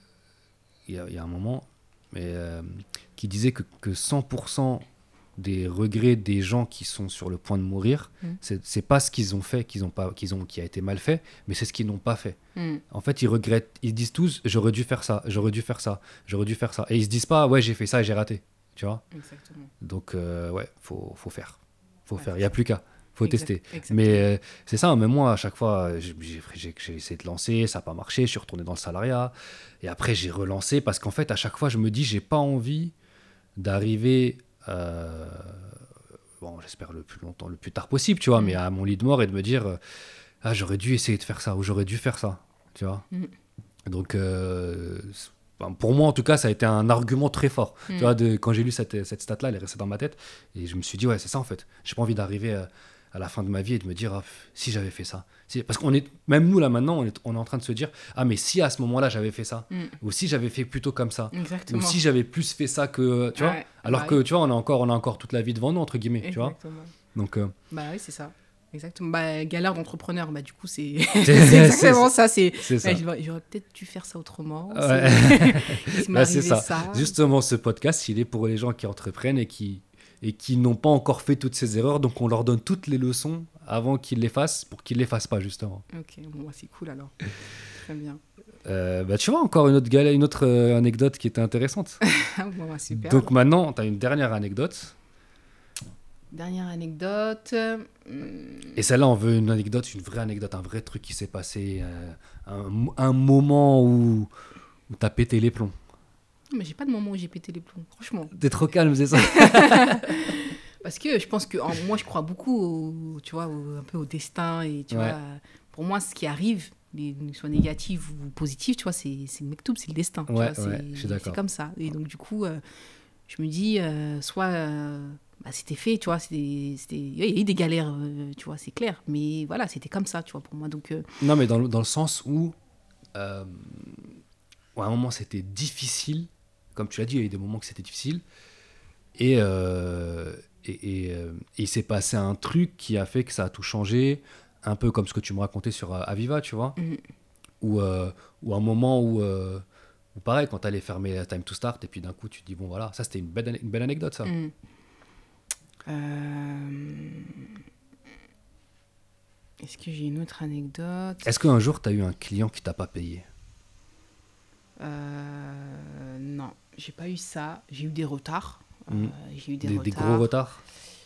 S1: il y, a- il y a un moment, mais euh, qui disait que, que cent pour cent des regrets des gens qui sont sur le point de mourir,
S2: Mm.
S1: c'est, c'est pas ce qu'ils ont fait, qu'ils ont pas, qu'ils ont, qui a été mal fait, mais c'est ce qu'ils n'ont pas fait.
S2: Mm.
S1: En fait, ils regrettent, ils disent tous, j'aurais dû faire ça, j'aurais dû faire ça, j'aurais dû faire ça, et ils se disent pas, ouais, j'ai fait ça et j'ai raté, tu vois.
S2: Exactement.
S1: Donc euh, ouais, faut, faut faire, faut
S2: Ouais,
S1: faire. Il
S2: c'est
S1: y a plus qu'à, faut
S2: Exact-
S1: tester.
S2: exactement.
S1: Mais euh, c'est ça, même moi, à chaque fois, j'ai, j'ai, j'ai- j'ai essayé de lancer, ça n'a pas marché, je suis retourné dans le salariat. Et après, j'ai relancé parce qu'en fait, à chaque fois, je me dis, j'ai pas envie d'arriver, euh, bon, j'espère le plus longtemps, le plus tard possible, tu vois,
S2: Mm.
S1: mais à mon lit de mort et de me dire, euh, ah, j'aurais dû essayer de faire ça ou j'aurais dû faire ça, tu vois.
S2: Mm.
S1: Donc, euh, c'est- enfin, pour moi, en tout cas, ça a été un argument très fort.
S2: Mm.
S1: Tu vois, de, quand j'ai lu cette, cette stat-là, elle est restée dans ma tête. Et je me suis dit, ouais, c'est ça en fait. J'ai pas envie d'arriver à, à la fin de ma vie et de me dire, ah, pff, si j'avais fait ça. Si- parce qu'on est, même nous là maintenant, on est, on est en train de se dire, ah, mais si à ce moment-là j'avais fait ça,
S2: Mm.
S1: ou si j'avais fait plutôt comme ça,
S2: Exactement.
S1: ou si j'avais plus fait ça que. Tu vois.
S2: Ouais,
S1: Alors
S2: bah
S1: que,
S2: oui.
S1: tu vois, on a, encore, on a encore toute la vie devant nous, entre guillemets. Tu vois.
S2: Exactement.
S1: Donc, euh,
S2: Bah oui, c'est ça. Exactement. Bah, galère d'entrepreneur, bah, du coup, c'est
S1: C'est
S2: c'est exactement
S1: c'est
S2: ça. C'est,
S1: c'est ça.
S2: ouais, j'aurais j'aurais peut-être dû faire ça autrement.
S1: Ouais.
S2: C'est... Il m'est
S1: Bah, c'est
S2: arrivé
S1: ça.
S2: ça.
S1: Justement, ce podcast, il est pour les gens qui entreprennent et qui, et qui n'ont pas encore fait toutes ces erreurs. Donc, on leur donne toutes les leçons avant qu'ils les fassent, pour qu'ils les fassent pas, justement.
S2: Ok, bon, bah, c'est cool alors. Très bien.
S1: Euh, bah, tu vois, encore une autre, galère, une autre euh, anecdote qui était intéressante.
S2: Bon, bah, super.
S1: Donc,
S2: alors.
S1: maintenant, tu as une dernière anecdote.
S2: Dernière anecdote. hum,
S1: Et celle-là, on veut une anecdote, une vraie anecdote, un vrai truc qui s'est passé, euh, un, un moment où, où tu as pété les plombs.
S2: Mais j'ai pas de moment où j'ai pété les plombs, franchement.
S1: T'es trop calme, c'est ça?
S2: Parce que je pense que en- moi, je crois beaucoup, au, tu vois, au- un peu au destin. Et tu
S1: Ouais.
S2: vois, pour moi, ce qui arrive, les- que ce soit négatif ou positif, tu vois, c'est, c'est le mektoub, c'est le destin. Tu
S1: Ouais,
S2: vois,
S1: ouais,
S2: c'est,
S1: je suis
S2: c'est
S1: d'accord.
S2: comme ça. Et donc, du coup, euh, je me dis, euh, soit euh, bah, c'était fait, tu vois, c'était, c'était... il y a eu des galères, euh, tu vois, c'est clair. Mais voilà, c'était comme ça, tu vois, pour moi. Donc, euh,
S1: Non, mais dans le, dans le sens où, euh, où à un moment c'était difficile, comme tu l'as dit, il y a eu des moments que c'était difficile, et, euh, et, et, euh, et il s'est passé un truc qui a fait que ça a tout changé, un peu comme ce que tu me racontais sur euh, Aviva, tu vois,
S2: mhm.
S1: où, euh, où un moment où, euh, où pareil, quand t'allais fermer la Time to Start, et puis d'un coup tu te dis, bon voilà, ça c'était une belle, ane- une belle anecdote, ça.
S2: Mhm. Euh, Est-ce que j'ai une autre anecdote?
S1: Est-ce qu'un jour t'as eu un client qui t'a pas payé?
S2: Euh, non, j'ai pas eu ça. J'ai eu des retards. Euh,
S1: Hmm.
S2: j'ai eu des,
S1: Des, des gros
S2: retards.
S1: retards?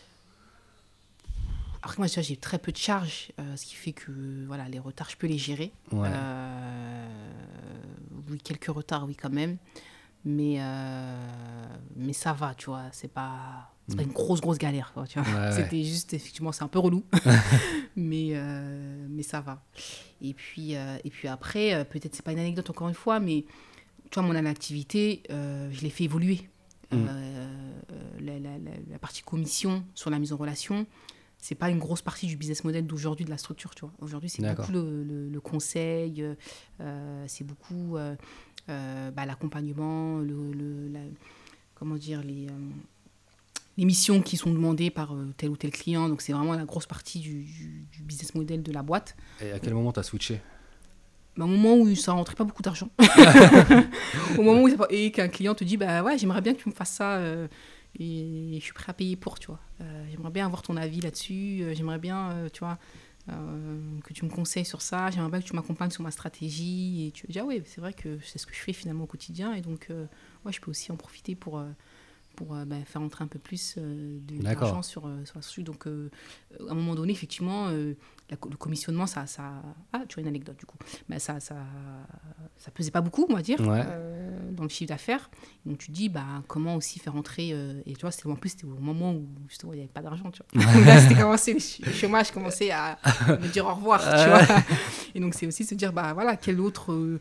S2: Après, moi, tu vois, j'ai très peu de charges, euh, ce qui fait que voilà, les retards, je peux les gérer.
S1: Ouais.
S2: Euh, oui, quelques retards, oui, quand même. Mais, euh, mais ça va, tu vois. C'est pas, c'est pas une grosse, grosse galère, quoi, tu vois.
S1: Ouais, ouais.
S2: C'était juste, effectivement, c'est un peu relou. mais, euh, mais ça va. Et puis, euh, et puis après, euh, peut-être c'est pas une anecdote encore une fois, mais tu vois, mon activité, euh, je l'ai fait évoluer.
S1: Mm.
S2: Euh, la, la- la- la partie commission sur la mise en relation, c'est pas une grosse partie du business model d'aujourd'hui de la structure, tu vois. Aujourd'hui, c'est
S1: D'accord.
S2: beaucoup le, le- le conseil, euh, c'est beaucoup euh, euh, bah, l'accompagnement, le, le- la- comment dire, les, euh, les missions qui sont demandées par euh, tel ou tel client. Donc, c'est vraiment la grosse partie du, du- du business model de la boîte.
S1: Et à quel moment t'as switché?
S2: Bah, au moment où ça rentrait pas beaucoup d'argent. Au moment où ça- et qu'un client te dit bah ouais, j'aimerais bien que tu me fasses ça euh, et je suis prêt à payer pour, tu vois. Euh, j'aimerais bien avoir ton avis là-dessus, euh, j'aimerais bien euh, tu vois euh, que tu me conseilles sur ça, j'aimerais bien que tu m'accompagnes sur ma stratégie et tu dis ah ouais, c'est vrai que c'est ce que je fais finalement au quotidien et donc euh, ouais, je peux aussi en profiter pour euh, pour euh, bah, faire entrer un peu plus euh, de-
S1: D'accord.
S2: d'argent sur, euh, sur la structure. Donc, euh, à un moment donné, effectivement, euh, la co- le commissionnement, ça, ça... Ah, tu as une anecdote, du coup. Bah, ça, ça, ça pesait pas beaucoup, on va dire,
S1: Ouais.
S2: euh, dans le chiffre d'affaires. Donc, tu te dis, bah, comment aussi faire entrer... euh, et tu vois, c'était, en plus, c'était au moment où, justement, il n'y avait pas d'argent, tu vois. Donc là, c'était commencé, le ch- le chômage commençait à me dire au revoir, tu vois. Et donc, c'est aussi se dire, bah, voilà, quel autre... euh,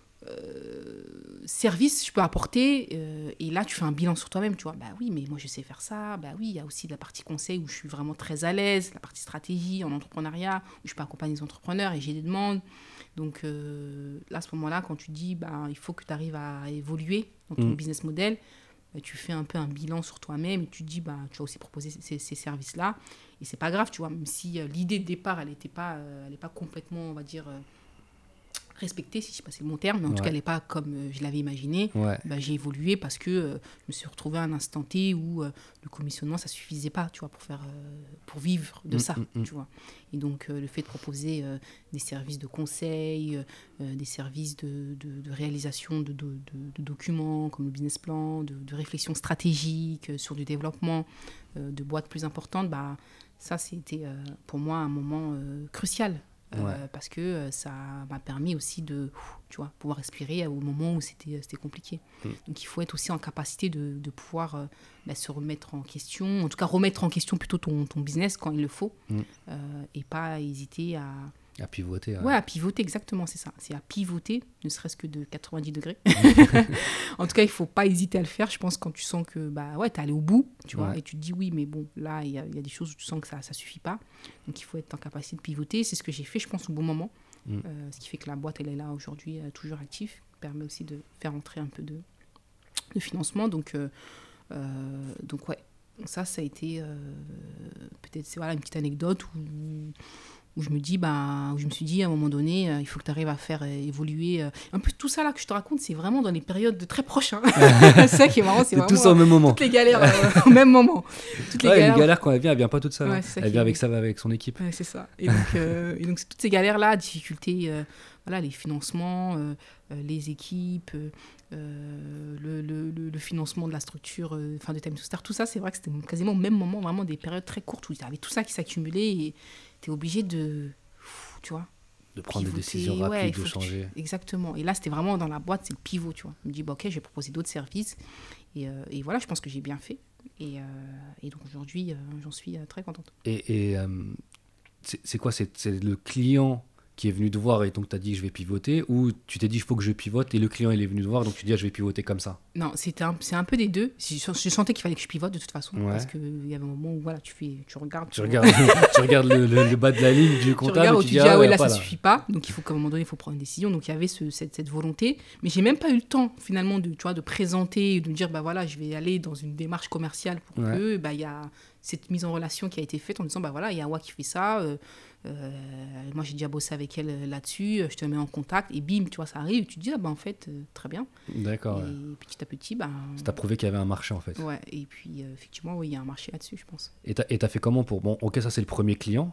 S2: euh, service je peux apporter euh, et là tu fais un bilan sur toi-même, tu vois, bah oui mais moi je sais faire ça, bah oui il y a aussi la partie conseil où je suis vraiment très à l'aise, la partie stratégie en entrepreneuriat où je peux accompagner les entrepreneurs et j'ai des demandes, donc euh, là à ce moment-là quand tu dis bah il faut que tu arrives à évoluer dans ton
S1: Mm.
S2: business model, bah, tu fais un peu un bilan sur toi-même et tu te dis bah tu vas aussi proposer ces, ces services-là et c'est pas grave, tu vois, même si euh, l'idée de départ elle n'était pas euh, elle est pas complètement on va dire euh, respectée, si je sais pas si c'est le bon terme, mais en tout
S1: Ouais.
S2: cas, elle n'est pas comme euh, je l'avais imaginé.
S1: Ouais.
S2: Bah, j'ai évolué parce que euh, je me suis retrouvée à un instant T où euh, le commissionnement, ça suffisait pas, tu vois, pour, faire, euh, pour vivre de
S1: Mm,
S2: ça,
S1: mm, mm.
S2: tu vois. Et donc, euh, le fait de proposer euh, des services de conseil, euh, des services de, de, de réalisation de, de, de, de documents, comme le business plan, de, de réflexion stratégique euh, sur du développement euh, de boîtes plus importantes, bah, ça, c'était euh, pour moi un moment euh, crucial. Euh,
S1: Ouais.
S2: parce que euh, ça m'a permis aussi de tu vois, pouvoir respirer au moment où c'était, c'était compliqué.
S1: Mm.
S2: Donc il faut être aussi en capacité de, de pouvoir euh, bah, se remettre en question, en tout cas remettre en question plutôt ton, ton business quand il le faut,
S1: Mm.
S2: euh, et pas hésiter à,
S1: À pivoter. Ouais.
S2: ouais, à pivoter, exactement, c'est ça. C'est à pivoter, ne serait-ce que de quatre-vingt-dix degrés. En tout cas, il ne faut pas hésiter à le faire. Je pense quand tu sens que bah, ouais, tu es allé au bout, tu vois,
S1: Ouais.
S2: et tu te dis oui, mais bon, là, il y, a- il y a des choses où tu sens que ça ne suffit pas. Donc, il faut être en capacité de pivoter. C'est ce que j'ai fait, je pense, au bon moment.
S1: Mm.
S2: Euh, ce qui fait que la boîte, elle est là aujourd'hui, euh, toujours active. Permet aussi de faire entrer un peu de, de financement. Donc, euh, euh, donc ouais. Ça, ça a été euh, peut-être c'est voilà, une petite anecdote où où je me dis, bah, où je me suis dit à un moment donné, euh, il faut que tu arrives à faire euh, évoluer. Euh... En plus, tout ça là que je te raconte, c'est vraiment dans les périodes de très proches. Hein. C'est ça qui est marrant, c'est,
S1: c'est
S2: vraiment
S1: tout ça au même moment.
S2: Toutes les galères euh, au même moment. Toutes les
S1: ouais,
S2: galères.
S1: Une galère quand elle vient, elle vient pas toute seule.
S2: Ouais,
S1: hein.
S2: c'est ça
S1: Elle
S2: qui
S1: vient
S2: est-
S1: avec ça, avec son équipe.
S2: Ouais, c'est ça. Et donc, euh, et donc c'est toutes ces galères-là, difficultés, euh, voilà, les financements, euh, euh, les équipes, euh, euh, le, le, le, le financement de la structure, euh, enfin de Time to Start, tout ça, c'est vrai que c'était quasiment au même moment, vraiment des périodes très courtes où il y avait tout ça qui s'accumulait et tu es obligé de, tu vois,
S1: De prendre des
S2: pivoter.
S1: décisions
S2: Ouais,
S1: rapides,
S2: il faut
S1: de
S2: que tu-
S1: changer.
S2: Exactement. Et là, c'était vraiment dans la boîte, c'est le pivot, tu vois. Je me dis, bah, ok, je vais proposer d'autres services. Et, euh, et voilà, je pense que j'ai bien fait. Et, euh, et donc aujourd'hui, euh, j'en suis euh, très contente.
S1: Et, et euh, c'est, c'est quoi c'est, c'est le client qui est venu te voir et donc tu as dit je vais pivoter, ou tu t'es dit il faut que je pivote et le client il est venu te voir donc tu dis ah, je vais pivoter comme ça.
S2: Non, c'était un- c'est un peu des deux. Je, je sentais qu'il fallait que je pivote de toute façon.
S1: Ouais.
S2: Parce qu'il y avait un moment où voilà, tu, fais, tu regardes.
S1: Tu regardes, tu regardes le, le- le bas de la ligne du
S2: Tu
S1: comptable
S2: regardes
S1: et
S2: où
S1: tu
S2: tu
S1: dis
S2: dis, ah ouais,
S1: y a
S2: là,
S1: pas,
S2: ça suffit pas. Donc, il faut qu'à un moment donné, il faut prendre une décision. Donc, il y avait ce- cette, cette volonté. Mais j'ai même pas eu le temps, finalement, de, tu vois, de présenter, de me dire, bah voilà, je vais aller dans une démarche commerciale pour
S1: Ouais.
S2: que, bah, il y a cette mise en relation qui a été faite en disant, bah voilà, il y a Awa qui fait ça. euh, euh, moi, j'ai déjà bossé avec elle euh, là-dessus. euh, Je te mets en contact. Et bim, tu vois, ça arrive. Et tu te dis, ah bah, en fait, euh, très bien.
S1: D'accord.
S2: Et
S1: Ouais.
S2: petit à petit, bah.
S1: Ça t'a prouvé qu'il y avait un marché en fait.
S2: Ouais, et puis, euh, effectivement, oui, il y a un marché là-dessus, je pense.
S1: Et t'as, et t'as fait comment pour. Bon, ok, ça c'est le premier client,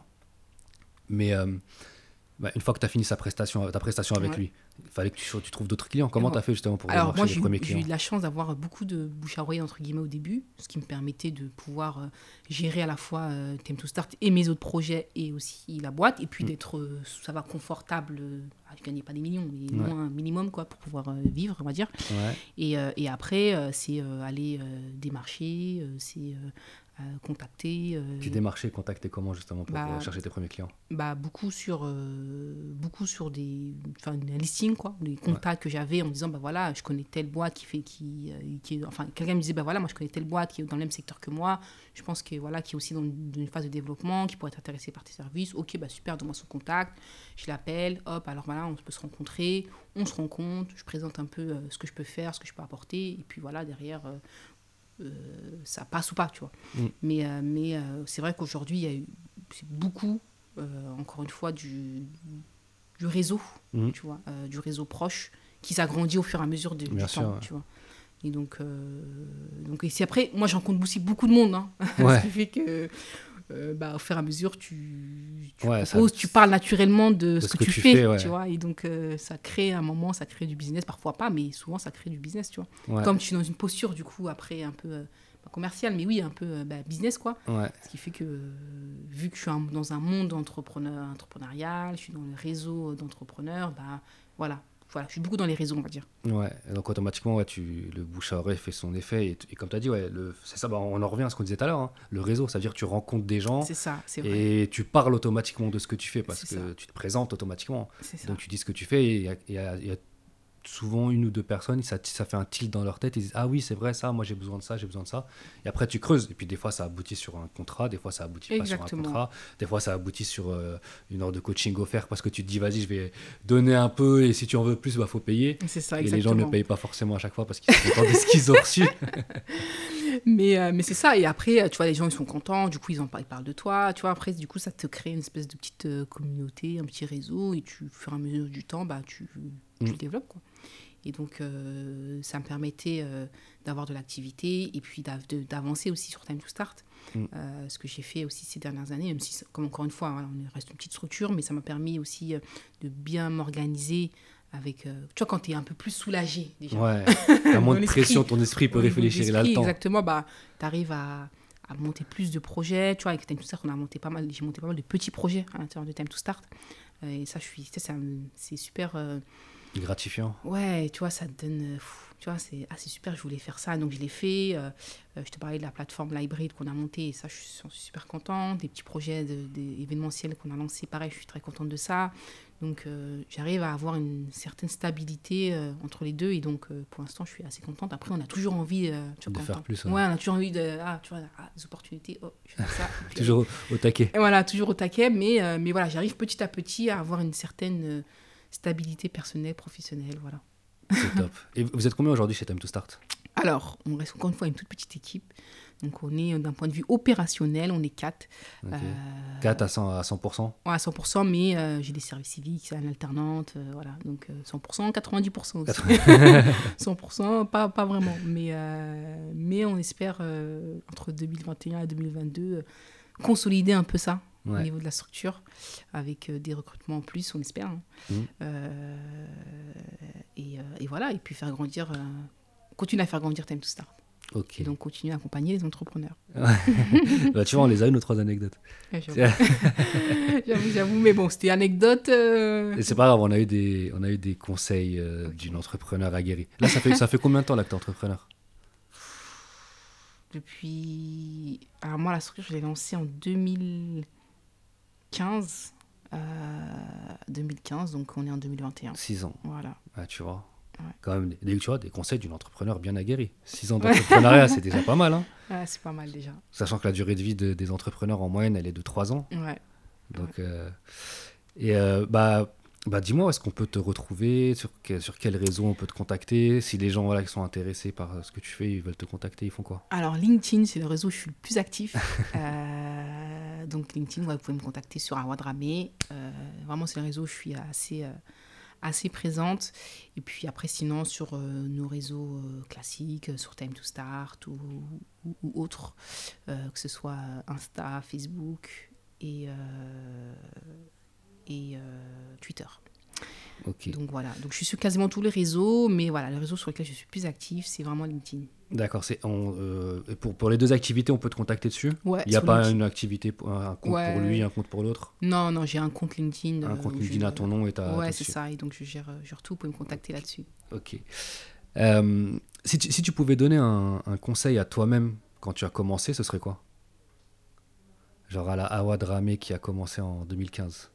S1: mais euh, bah, une fois que tu as fini sa prestation, ta prestation avec
S2: Ouais.
S1: lui, il fallait que tu, tu trouves d'autres clients. Comment tu as fait justement pour
S2: Alors,
S1: démarcher
S2: moi,
S1: les
S2: j'ai eu,
S1: premiers
S2: j'ai
S1: clients
S2: eu de la chance d'avoir beaucoup de bouche à oreille, entre guillemets, au début, ce qui me permettait de pouvoir euh, gérer à la fois euh, Time to Start et mes autres projets et aussi la boîte, et puis
S1: Mm.
S2: d'être, euh, ça va, confortable. Euh, ah, je ne gagnais pas des millions, mais
S1: Ouais.
S2: au moins un minimum, quoi, pour pouvoir euh, vivre, on va dire.
S1: Ouais.
S2: Et, euh, et après, euh, c'est euh, aller euh, démarcher, euh, c'est euh, euh, contacter. euh,
S1: Tu démarchais, contactais comment justement pour
S2: Bah,
S1: euh, chercher tes premiers clients
S2: bah, beaucoup sur euh, beaucoup sur des enfin un listing quoi, des contacts que j'avais en me disant bah voilà, je connais telle boîte qui fait qui, euh, qui est- enfin quelqu'un me disait bah voilà, moi je connais telle boîte qui est dans le même secteur que moi, je pense que voilà, qui est aussi dans une, dans une phase de développement, qui pourrait être intéressé par tes services. OK, bah super, donne-moi son contact, je l'appelle, hop, alors voilà, on peut se rencontrer, on se rencontre, je présente un peu euh, ce que je peux faire, ce que je peux apporter, et puis voilà, derrière euh, euh, ça passe ou pas, tu vois.
S1: Mm.
S2: Mais, euh, mais euh, c'est vrai qu'aujourd'hui, il y a eu c'est beaucoup, euh, encore une fois, du, du réseau,
S1: Mm.
S2: tu vois, euh, du réseau proche, qui s'agrandit au fur et à mesure de,
S1: Bien
S2: du
S1: sûr,
S2: temps,
S1: ouais.
S2: tu vois. Et donc, euh, donc et c'est après, moi, j'en compte aussi beaucoup de monde, hein,
S1: Ouais.
S2: ce qui fait que, euh, bah, au fur et à mesure, tu, tu
S1: Ouais, ça-
S2: proposes, tu parles naturellement de, ce que, tu fais,
S1: fais, ouais.
S2: tu vois. Et donc, euh, ça crée un moment, ça crée du business, parfois pas, mais souvent, ça crée du business, tu vois.
S1: Ouais.
S2: Comme tu es dans une posture, du coup, après, un peu, euh, pas commercial, mais oui, un peu euh, bah, business, quoi.
S1: Ouais.
S2: Ce qui fait que, euh, vu que je suis un- dans un monde entrepreneur, entrepreneurial, je suis dans le réseau d'entrepreneurs, bah, voilà. Voilà, je suis beaucoup dans les réseaux, on va dire.
S1: Ouais, et donc automatiquement, ouais, tu, le bouche à oreille fait son effet. Et, et comme tu as dit, ouais, le, c'est ça, bah, on en revient à ce qu'on disait tout à l'heure. Hein. Le réseau, ça veut dire que tu rencontres des gens
S2: C'est ça, c'est vrai.
S1: et tu parles automatiquement de ce que tu fais parce
S2: C'est
S1: que
S2: ça.
S1: tu te présentes automatiquement.
S2: C'est ça.
S1: Donc tu dis ce que tu fais et il y a, il y a- il y a souvent une ou deux personnes, ça, ça fait un tilt dans leur tête. Ils disent ah oui, c'est vrai, ça, moi j'ai besoin de ça, j'ai besoin de ça. Et après tu creuses. Et puis des fois ça aboutit sur un contrat, des fois ça aboutit pas sur un
S2: Exactement.
S1: contrat, des fois ça aboutit sur euh, une heure de coaching offert parce que tu te dis vas-y, je vais donner un peu et si tu en veux plus, bah faut payer.
S2: C'est ça,
S1: Et
S2: exactement.
S1: les gens ne payent pas forcément à chaque fois parce qu'ils sont contents de ce qu'ils ont reçu.
S2: Mais, euh, mais c'est ça. Et après, tu vois, les gens, ils sont contents. Du coup, ils, en parlent, ils parlent de toi. Tu vois, après, du coup, ça te crée une espèce de petite euh, communauté, un petit réseau. Et tu, au fur et à mesure du temps, bah, tu, tu
S1: Mm.
S2: le développes, quoi. Et donc, euh, ça me permettait euh, d'avoir de l'activité et puis d'av- de- d'avancer aussi sur Time to Start.
S1: Mm.
S2: Euh, ce que j'ai fait aussi ces dernières années, même si, ça- comme encore une fois, voilà, on reste une petite structure, mais ça m'a permis aussi euh, de bien m'organiser avec... euh, tu vois, quand tu es un peu plus soulagé, déjà.
S1: Ouais, t'as moins
S2: Dans
S1: de
S2: l'esprit.
S1: pression, ton esprit peut
S2: Au niveau de
S1: réfléchir, il a le
S2: l'esprit,
S1: temps.
S2: Exactement, bah, tu arrives à, à monter plus de projets. Tu vois, avec Time to Start, on a monté pas mal, j'ai monté pas mal de petits projets à l'intérieur de Time to Start. Euh, et ça, je suis, tu sais, ça me- c'est super... euh,
S1: Gratifiant.
S2: Ouais, tu vois, ça te donne... euh, pff, tu vois, c'est ah, c'est super, je voulais faire ça, donc je l'ai fait. Euh, euh, je te parlais de la plateforme Librid qu'on a montée, et ça, je suis, j'en suis super contente. Des petits projets de, des événementiels qu'on a lancés, pareil, je suis très contente de ça. Donc, euh, j'arrive à avoir une certaine stabilité euh, entre les deux, et donc, euh, pour l'instant, je suis assez contente. Après, on a toujours envie... euh, tu vois,
S1: De
S2: quand
S1: faire
S2: on-
S1: plus, ouais.
S2: Ouais, on a toujours envie de... Ah, tu vois, ah, des opportunités, oh, je fais ça. et puis,
S1: Toujours au, au taquet.
S2: et voilà, toujours au taquet, mais, euh, mais voilà, j'arrive petit à petit à avoir une certaine euh, stabilité personnelle, professionnelle, voilà.
S1: C'est top. Et vous êtes combien aujourd'hui chez Time to Start?
S2: Alors, on reste encore une fois une toute petite équipe. Donc, on est, d'un point de vue opérationnel, on est quatre.
S1: Okay.
S2: Euh,
S1: quatre à cent, à cent pour cent
S2: Ouais, à cent pour cent, mais euh, j'ai des services civiques, une alternante, euh, voilà. Donc, euh, cent pour cent, quatre-vingt-dix pour cent aussi. cent pour cent, pas, pas vraiment. Mais, euh, mais on espère, euh, entre deux mille vingt et un et deux mille vingt-deux, euh, consolider un peu ça. Ouais. Au niveau de la structure, avec euh, des recrutements en plus, on espère. Hein. Mmh. Euh, et, euh, et voilà, et puis faire grandir, euh, continuer à faire grandir Time to Start.
S1: Okay.
S2: Et donc continuer à accompagner les entrepreneurs.
S1: Bah, tu vois, on les a eu nos trois anecdotes.
S2: Ouais, j'avoue. j'avoue, j'avoue, mais bon, c'était anecdote. Euh...
S1: Et c'est pas grave, on a eu des, on a eu des conseils euh, okay. d'une entrepreneur aguerrie. Là, ça fait, ça fait combien de temps là que tu es entrepreneur?
S2: Depuis. Alors, moi, la structure, je l'ai lancée en deux mille quinze. Euh, deux mille quinze, donc on est en deux mille vingt et un.
S1: six ans.
S2: Voilà.
S1: Ah, tu vois.
S2: Ouais.
S1: Quand même, des, tu vois, des conseils d'une entrepreneur bien aguerrie. six ans d'entrepreneuriat, c'est déjà pas mal. Hein.
S2: Ouais, c'est pas mal déjà.
S1: Sachant que la durée de vie de, des entrepreneurs en moyenne, elle est de trois ans.
S2: Ouais.
S1: Donc,
S2: ouais.
S1: Euh, et euh, bah, bah, dis-moi, est-ce qu'on peut te retrouver? Sur, que, sur quel réseau on peut te contacter? Si les gens voilà, qui sont intéressés par ce que tu fais, ils veulent te contacter, ils font quoi?
S2: Alors, LinkedIn, c'est le réseau où je suis le plus actif. euh, donc, LinkedIn, ouais, vous pouvez me contacter sur Awad Ramé. Euh, vraiment, c'est le réseau où je suis assez... Euh, assez présente. Et puis après, sinon, sur euh, nos réseaux euh, classiques, sur Time to Start ou, ou, ou autres, euh, que ce soit Insta, Facebook et, euh, et euh, Twitter.
S1: Okay.
S2: Donc voilà, donc je suis sur quasiment tous les réseaux, mais voilà, le réseau sur lequel je suis plus active, c'est vraiment LinkedIn.
S1: D'accord, c'est on, euh, pour, pour les deux activités, on peut te contacter dessus?
S2: Ouais.
S1: Il n'y a pas LinkedIn. Une activité, un compte ouais. pour lui, un compte pour l'autre?
S2: Non, non, j'ai un compte LinkedIn.
S1: Un
S2: euh,
S1: compte LinkedIn je... à ton nom et ta.
S2: Ouais, c'est ça, et donc je gère, je gère tout, vous pouvez me contacter okay. là-dessus.
S1: Ok. Euh, si, tu, si tu pouvais donner un, un conseil à toi-même quand tu as commencé, ce serait quoi? Genre à la Awad Ramé qui a commencé en deux mille quinze.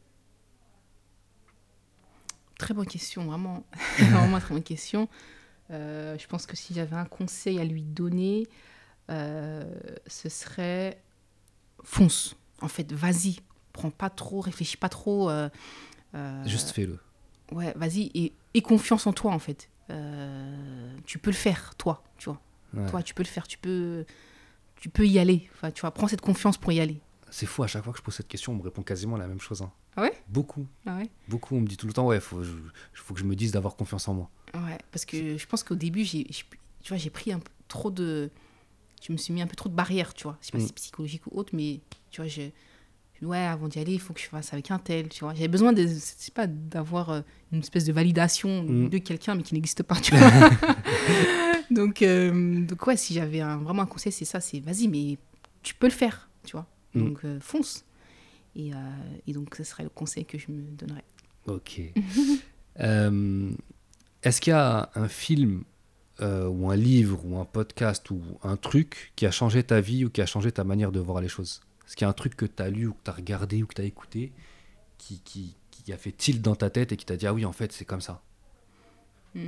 S2: Très bonne question, vraiment. vraiment très bonne question. Euh, je pense que si j'avais un conseil à lui donner, euh, ce serait fonce. En fait, vas-y. Prends pas trop, réfléchis pas trop. Euh, euh,
S1: Juste fais-le.
S2: Ouais, vas-y. Et, et confiance en toi, en fait. Euh, tu peux le faire, toi. Tu vois. Ouais. Toi, tu peux le faire. Tu peux, tu peux y aller. Enfin, tu vois, prends cette confiance pour y aller.
S1: C'est fou, à chaque fois que je pose cette question, on me répond quasiment la même chose. Hein.
S2: Ah ouais?
S1: Beaucoup.
S2: Ah ouais?
S1: Beaucoup, on me dit tout le temps, ouais, il faut, faut que je me dise d'avoir confiance en moi.
S2: Ouais, parce que je pense qu'au début, j'ai, tu vois, j'ai pris un peu trop de... Je me suis mis un peu trop de barrières, tu vois. Je sais pas mm. si c'est psychologique ou autre, mais tu vois, je... Ouais, avant d'y aller, il faut que je fasse avec un tel, tu vois. J'avais besoin de, c'est pas d'avoir une espèce de validation mm. de quelqu'un, mais qui n'existe pas, tu vois. donc, euh, donc, ouais, si j'avais un, vraiment un conseil, c'est ça, c'est vas-y, mais tu peux le faire, tu vois. Mm. Donc, euh, fonce. Et, euh, et donc, ce serait le conseil que je me donnerais.
S1: Ok. euh, est-ce qu'il y a un film euh, ou un livre ou un podcast ou un truc qui a changé ta vie ou qui a changé ta manière de voir les choses? Est-ce qu'il y a un truc que tu as lu ou que tu as regardé ou que tu as écouté qui, qui, qui a fait tilt dans ta tête et qui t'a dit « Ah oui, en fait, c'est comme ça ».
S2: Mmh...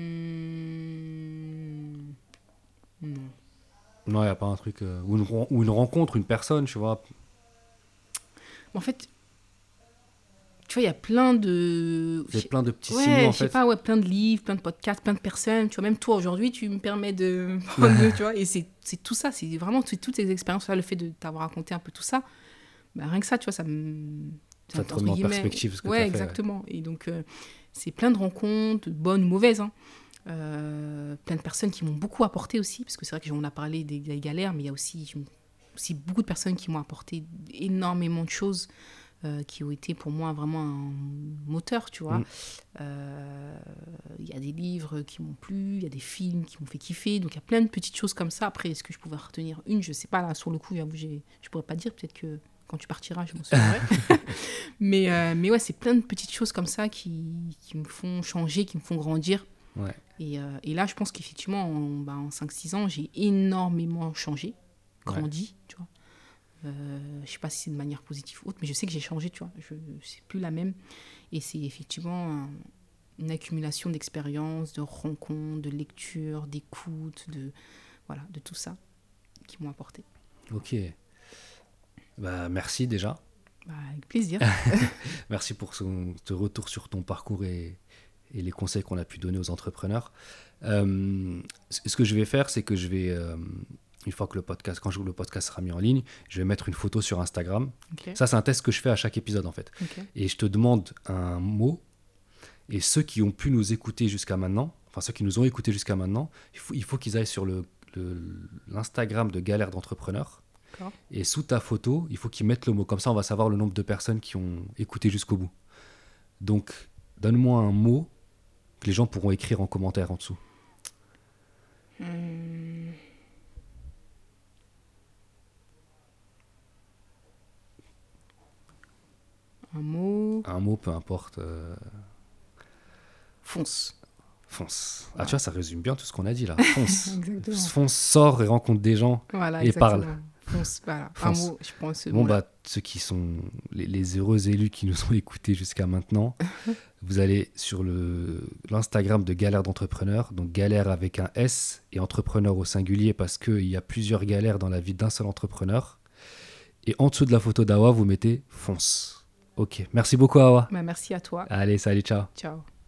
S2: Non.
S1: Non, il n'y a pas un truc... Euh, ou, une, ou une rencontre, une personne, tu vois.
S2: En fait, tu vois, il y a plein de...
S1: C'est plein de petits
S2: ouais,
S1: signaux, en
S2: je sais
S1: fait.
S2: pas, ouais, plein de livres, plein de podcasts, plein de personnes. Tu vois, même toi, aujourd'hui, tu me permets de prendre, tu vois, et c'est, c'est tout ça, c'est vraiment c'est toutes ces expériences-là, le fait de t'avoir raconté un peu tout ça, bah, rien que ça, tu vois, ça me...
S1: Ça te remet en perspective ce que
S2: ouais,
S1: tu as fait.
S2: Exactement. Ouais. Et donc, euh, c'est plein de rencontres, bonnes ou mauvaises, hein. Euh, plein de personnes qui m'ont beaucoup apporté aussi, parce que c'est vrai qu'on a parlé des, des galères, mais il y a aussi, aussi beaucoup de personnes qui m'ont apporté énormément de choses, euh, qui ont été pour moi vraiment un moteur, tu vois. Il mm. euh, y a des livres qui m'ont plu, il y a des films qui m'ont fait kiffer, donc il y a plein de petites choses comme ça. Après, est-ce que je pouvais retenir une? Je sais pas, là, sur le coup, j'avoue, j'ai, je pourrais pas dire, peut-être que quand tu partiras, je m'en souviendrai. mais, euh, mais ouais, c'est plein de petites choses comme ça qui, qui me font changer, qui me font grandir.
S1: Ouais.
S2: Et, euh, et là, je pense qu'effectivement, en, bah, en cinq six ans, j'ai énormément changé, grandi, ouais. tu vois. Euh, je ne sais pas si c'est de manière positive ou autre, mais je sais que j'ai changé, tu vois. Je ne suis plus la même. Et c'est effectivement un, une accumulation d'expériences, de rencontres, de lectures, d'écoute, de, voilà, de tout ça qui m'ont apporté.
S1: Ok. Bah, merci déjà.
S2: Bah, avec plaisir.
S1: Merci pour ce, ce retour sur ton parcours et, et les conseils qu'on a pu donner aux entrepreneurs. Euh, ce que je vais faire, c'est que je vais, euh, une fois que le podcast, quand je, le podcast sera mis en ligne, je vais mettre une photo sur Instagram.
S2: Ok.
S1: Ça, c'est un test que je fais à chaque épisode, en fait.
S2: Ok.
S1: Et je te demande un mot. Et ceux qui ont pu nous écouter jusqu'à maintenant, enfin ceux qui nous ont écoutés jusqu'à maintenant, il faut, il faut qu'ils aillent sur le, le- l'Instagram de Galère d'entrepreneur.
S2: D'accord.
S1: Et sous ta photo, il faut qu'ils mettent le mot. Comme ça, on va savoir le nombre de personnes qui ont écouté jusqu'au bout. Donc, donne-moi un mot que les gens pourront écrire en commentaire en dessous.
S2: Hum. Un mot.
S1: Un mot, peu importe. euh,
S2: Fonce.
S1: fonce. Ah,
S2: Ouais.
S1: tu vois, ça résume bien tout ce qu'on a dit là. Fonce.
S2: Exactement.
S1: Fonce, sort et rencontre des gens.
S2: Voilà,
S1: Et
S2: exactement.
S1: parle.
S2: Fonce, voilà.
S1: Fonce.
S2: Un mot, je pense.
S1: Bon, bah, ceux qui sont les, les heureux élus qui nous ont écoutés jusqu'à maintenant, vous allez sur le, l'Instagram de Galère d'entrepreneur, donc Galère avec un S et entrepreneur au singulier parce qu'il y a plusieurs galères dans la vie d'un seul entrepreneur. Et en dessous de la photo d'Awa, vous mettez fonce. Ok, merci beaucoup Awa.
S2: Bah, merci à toi.
S1: Allez, salut, ciao.
S2: Ciao.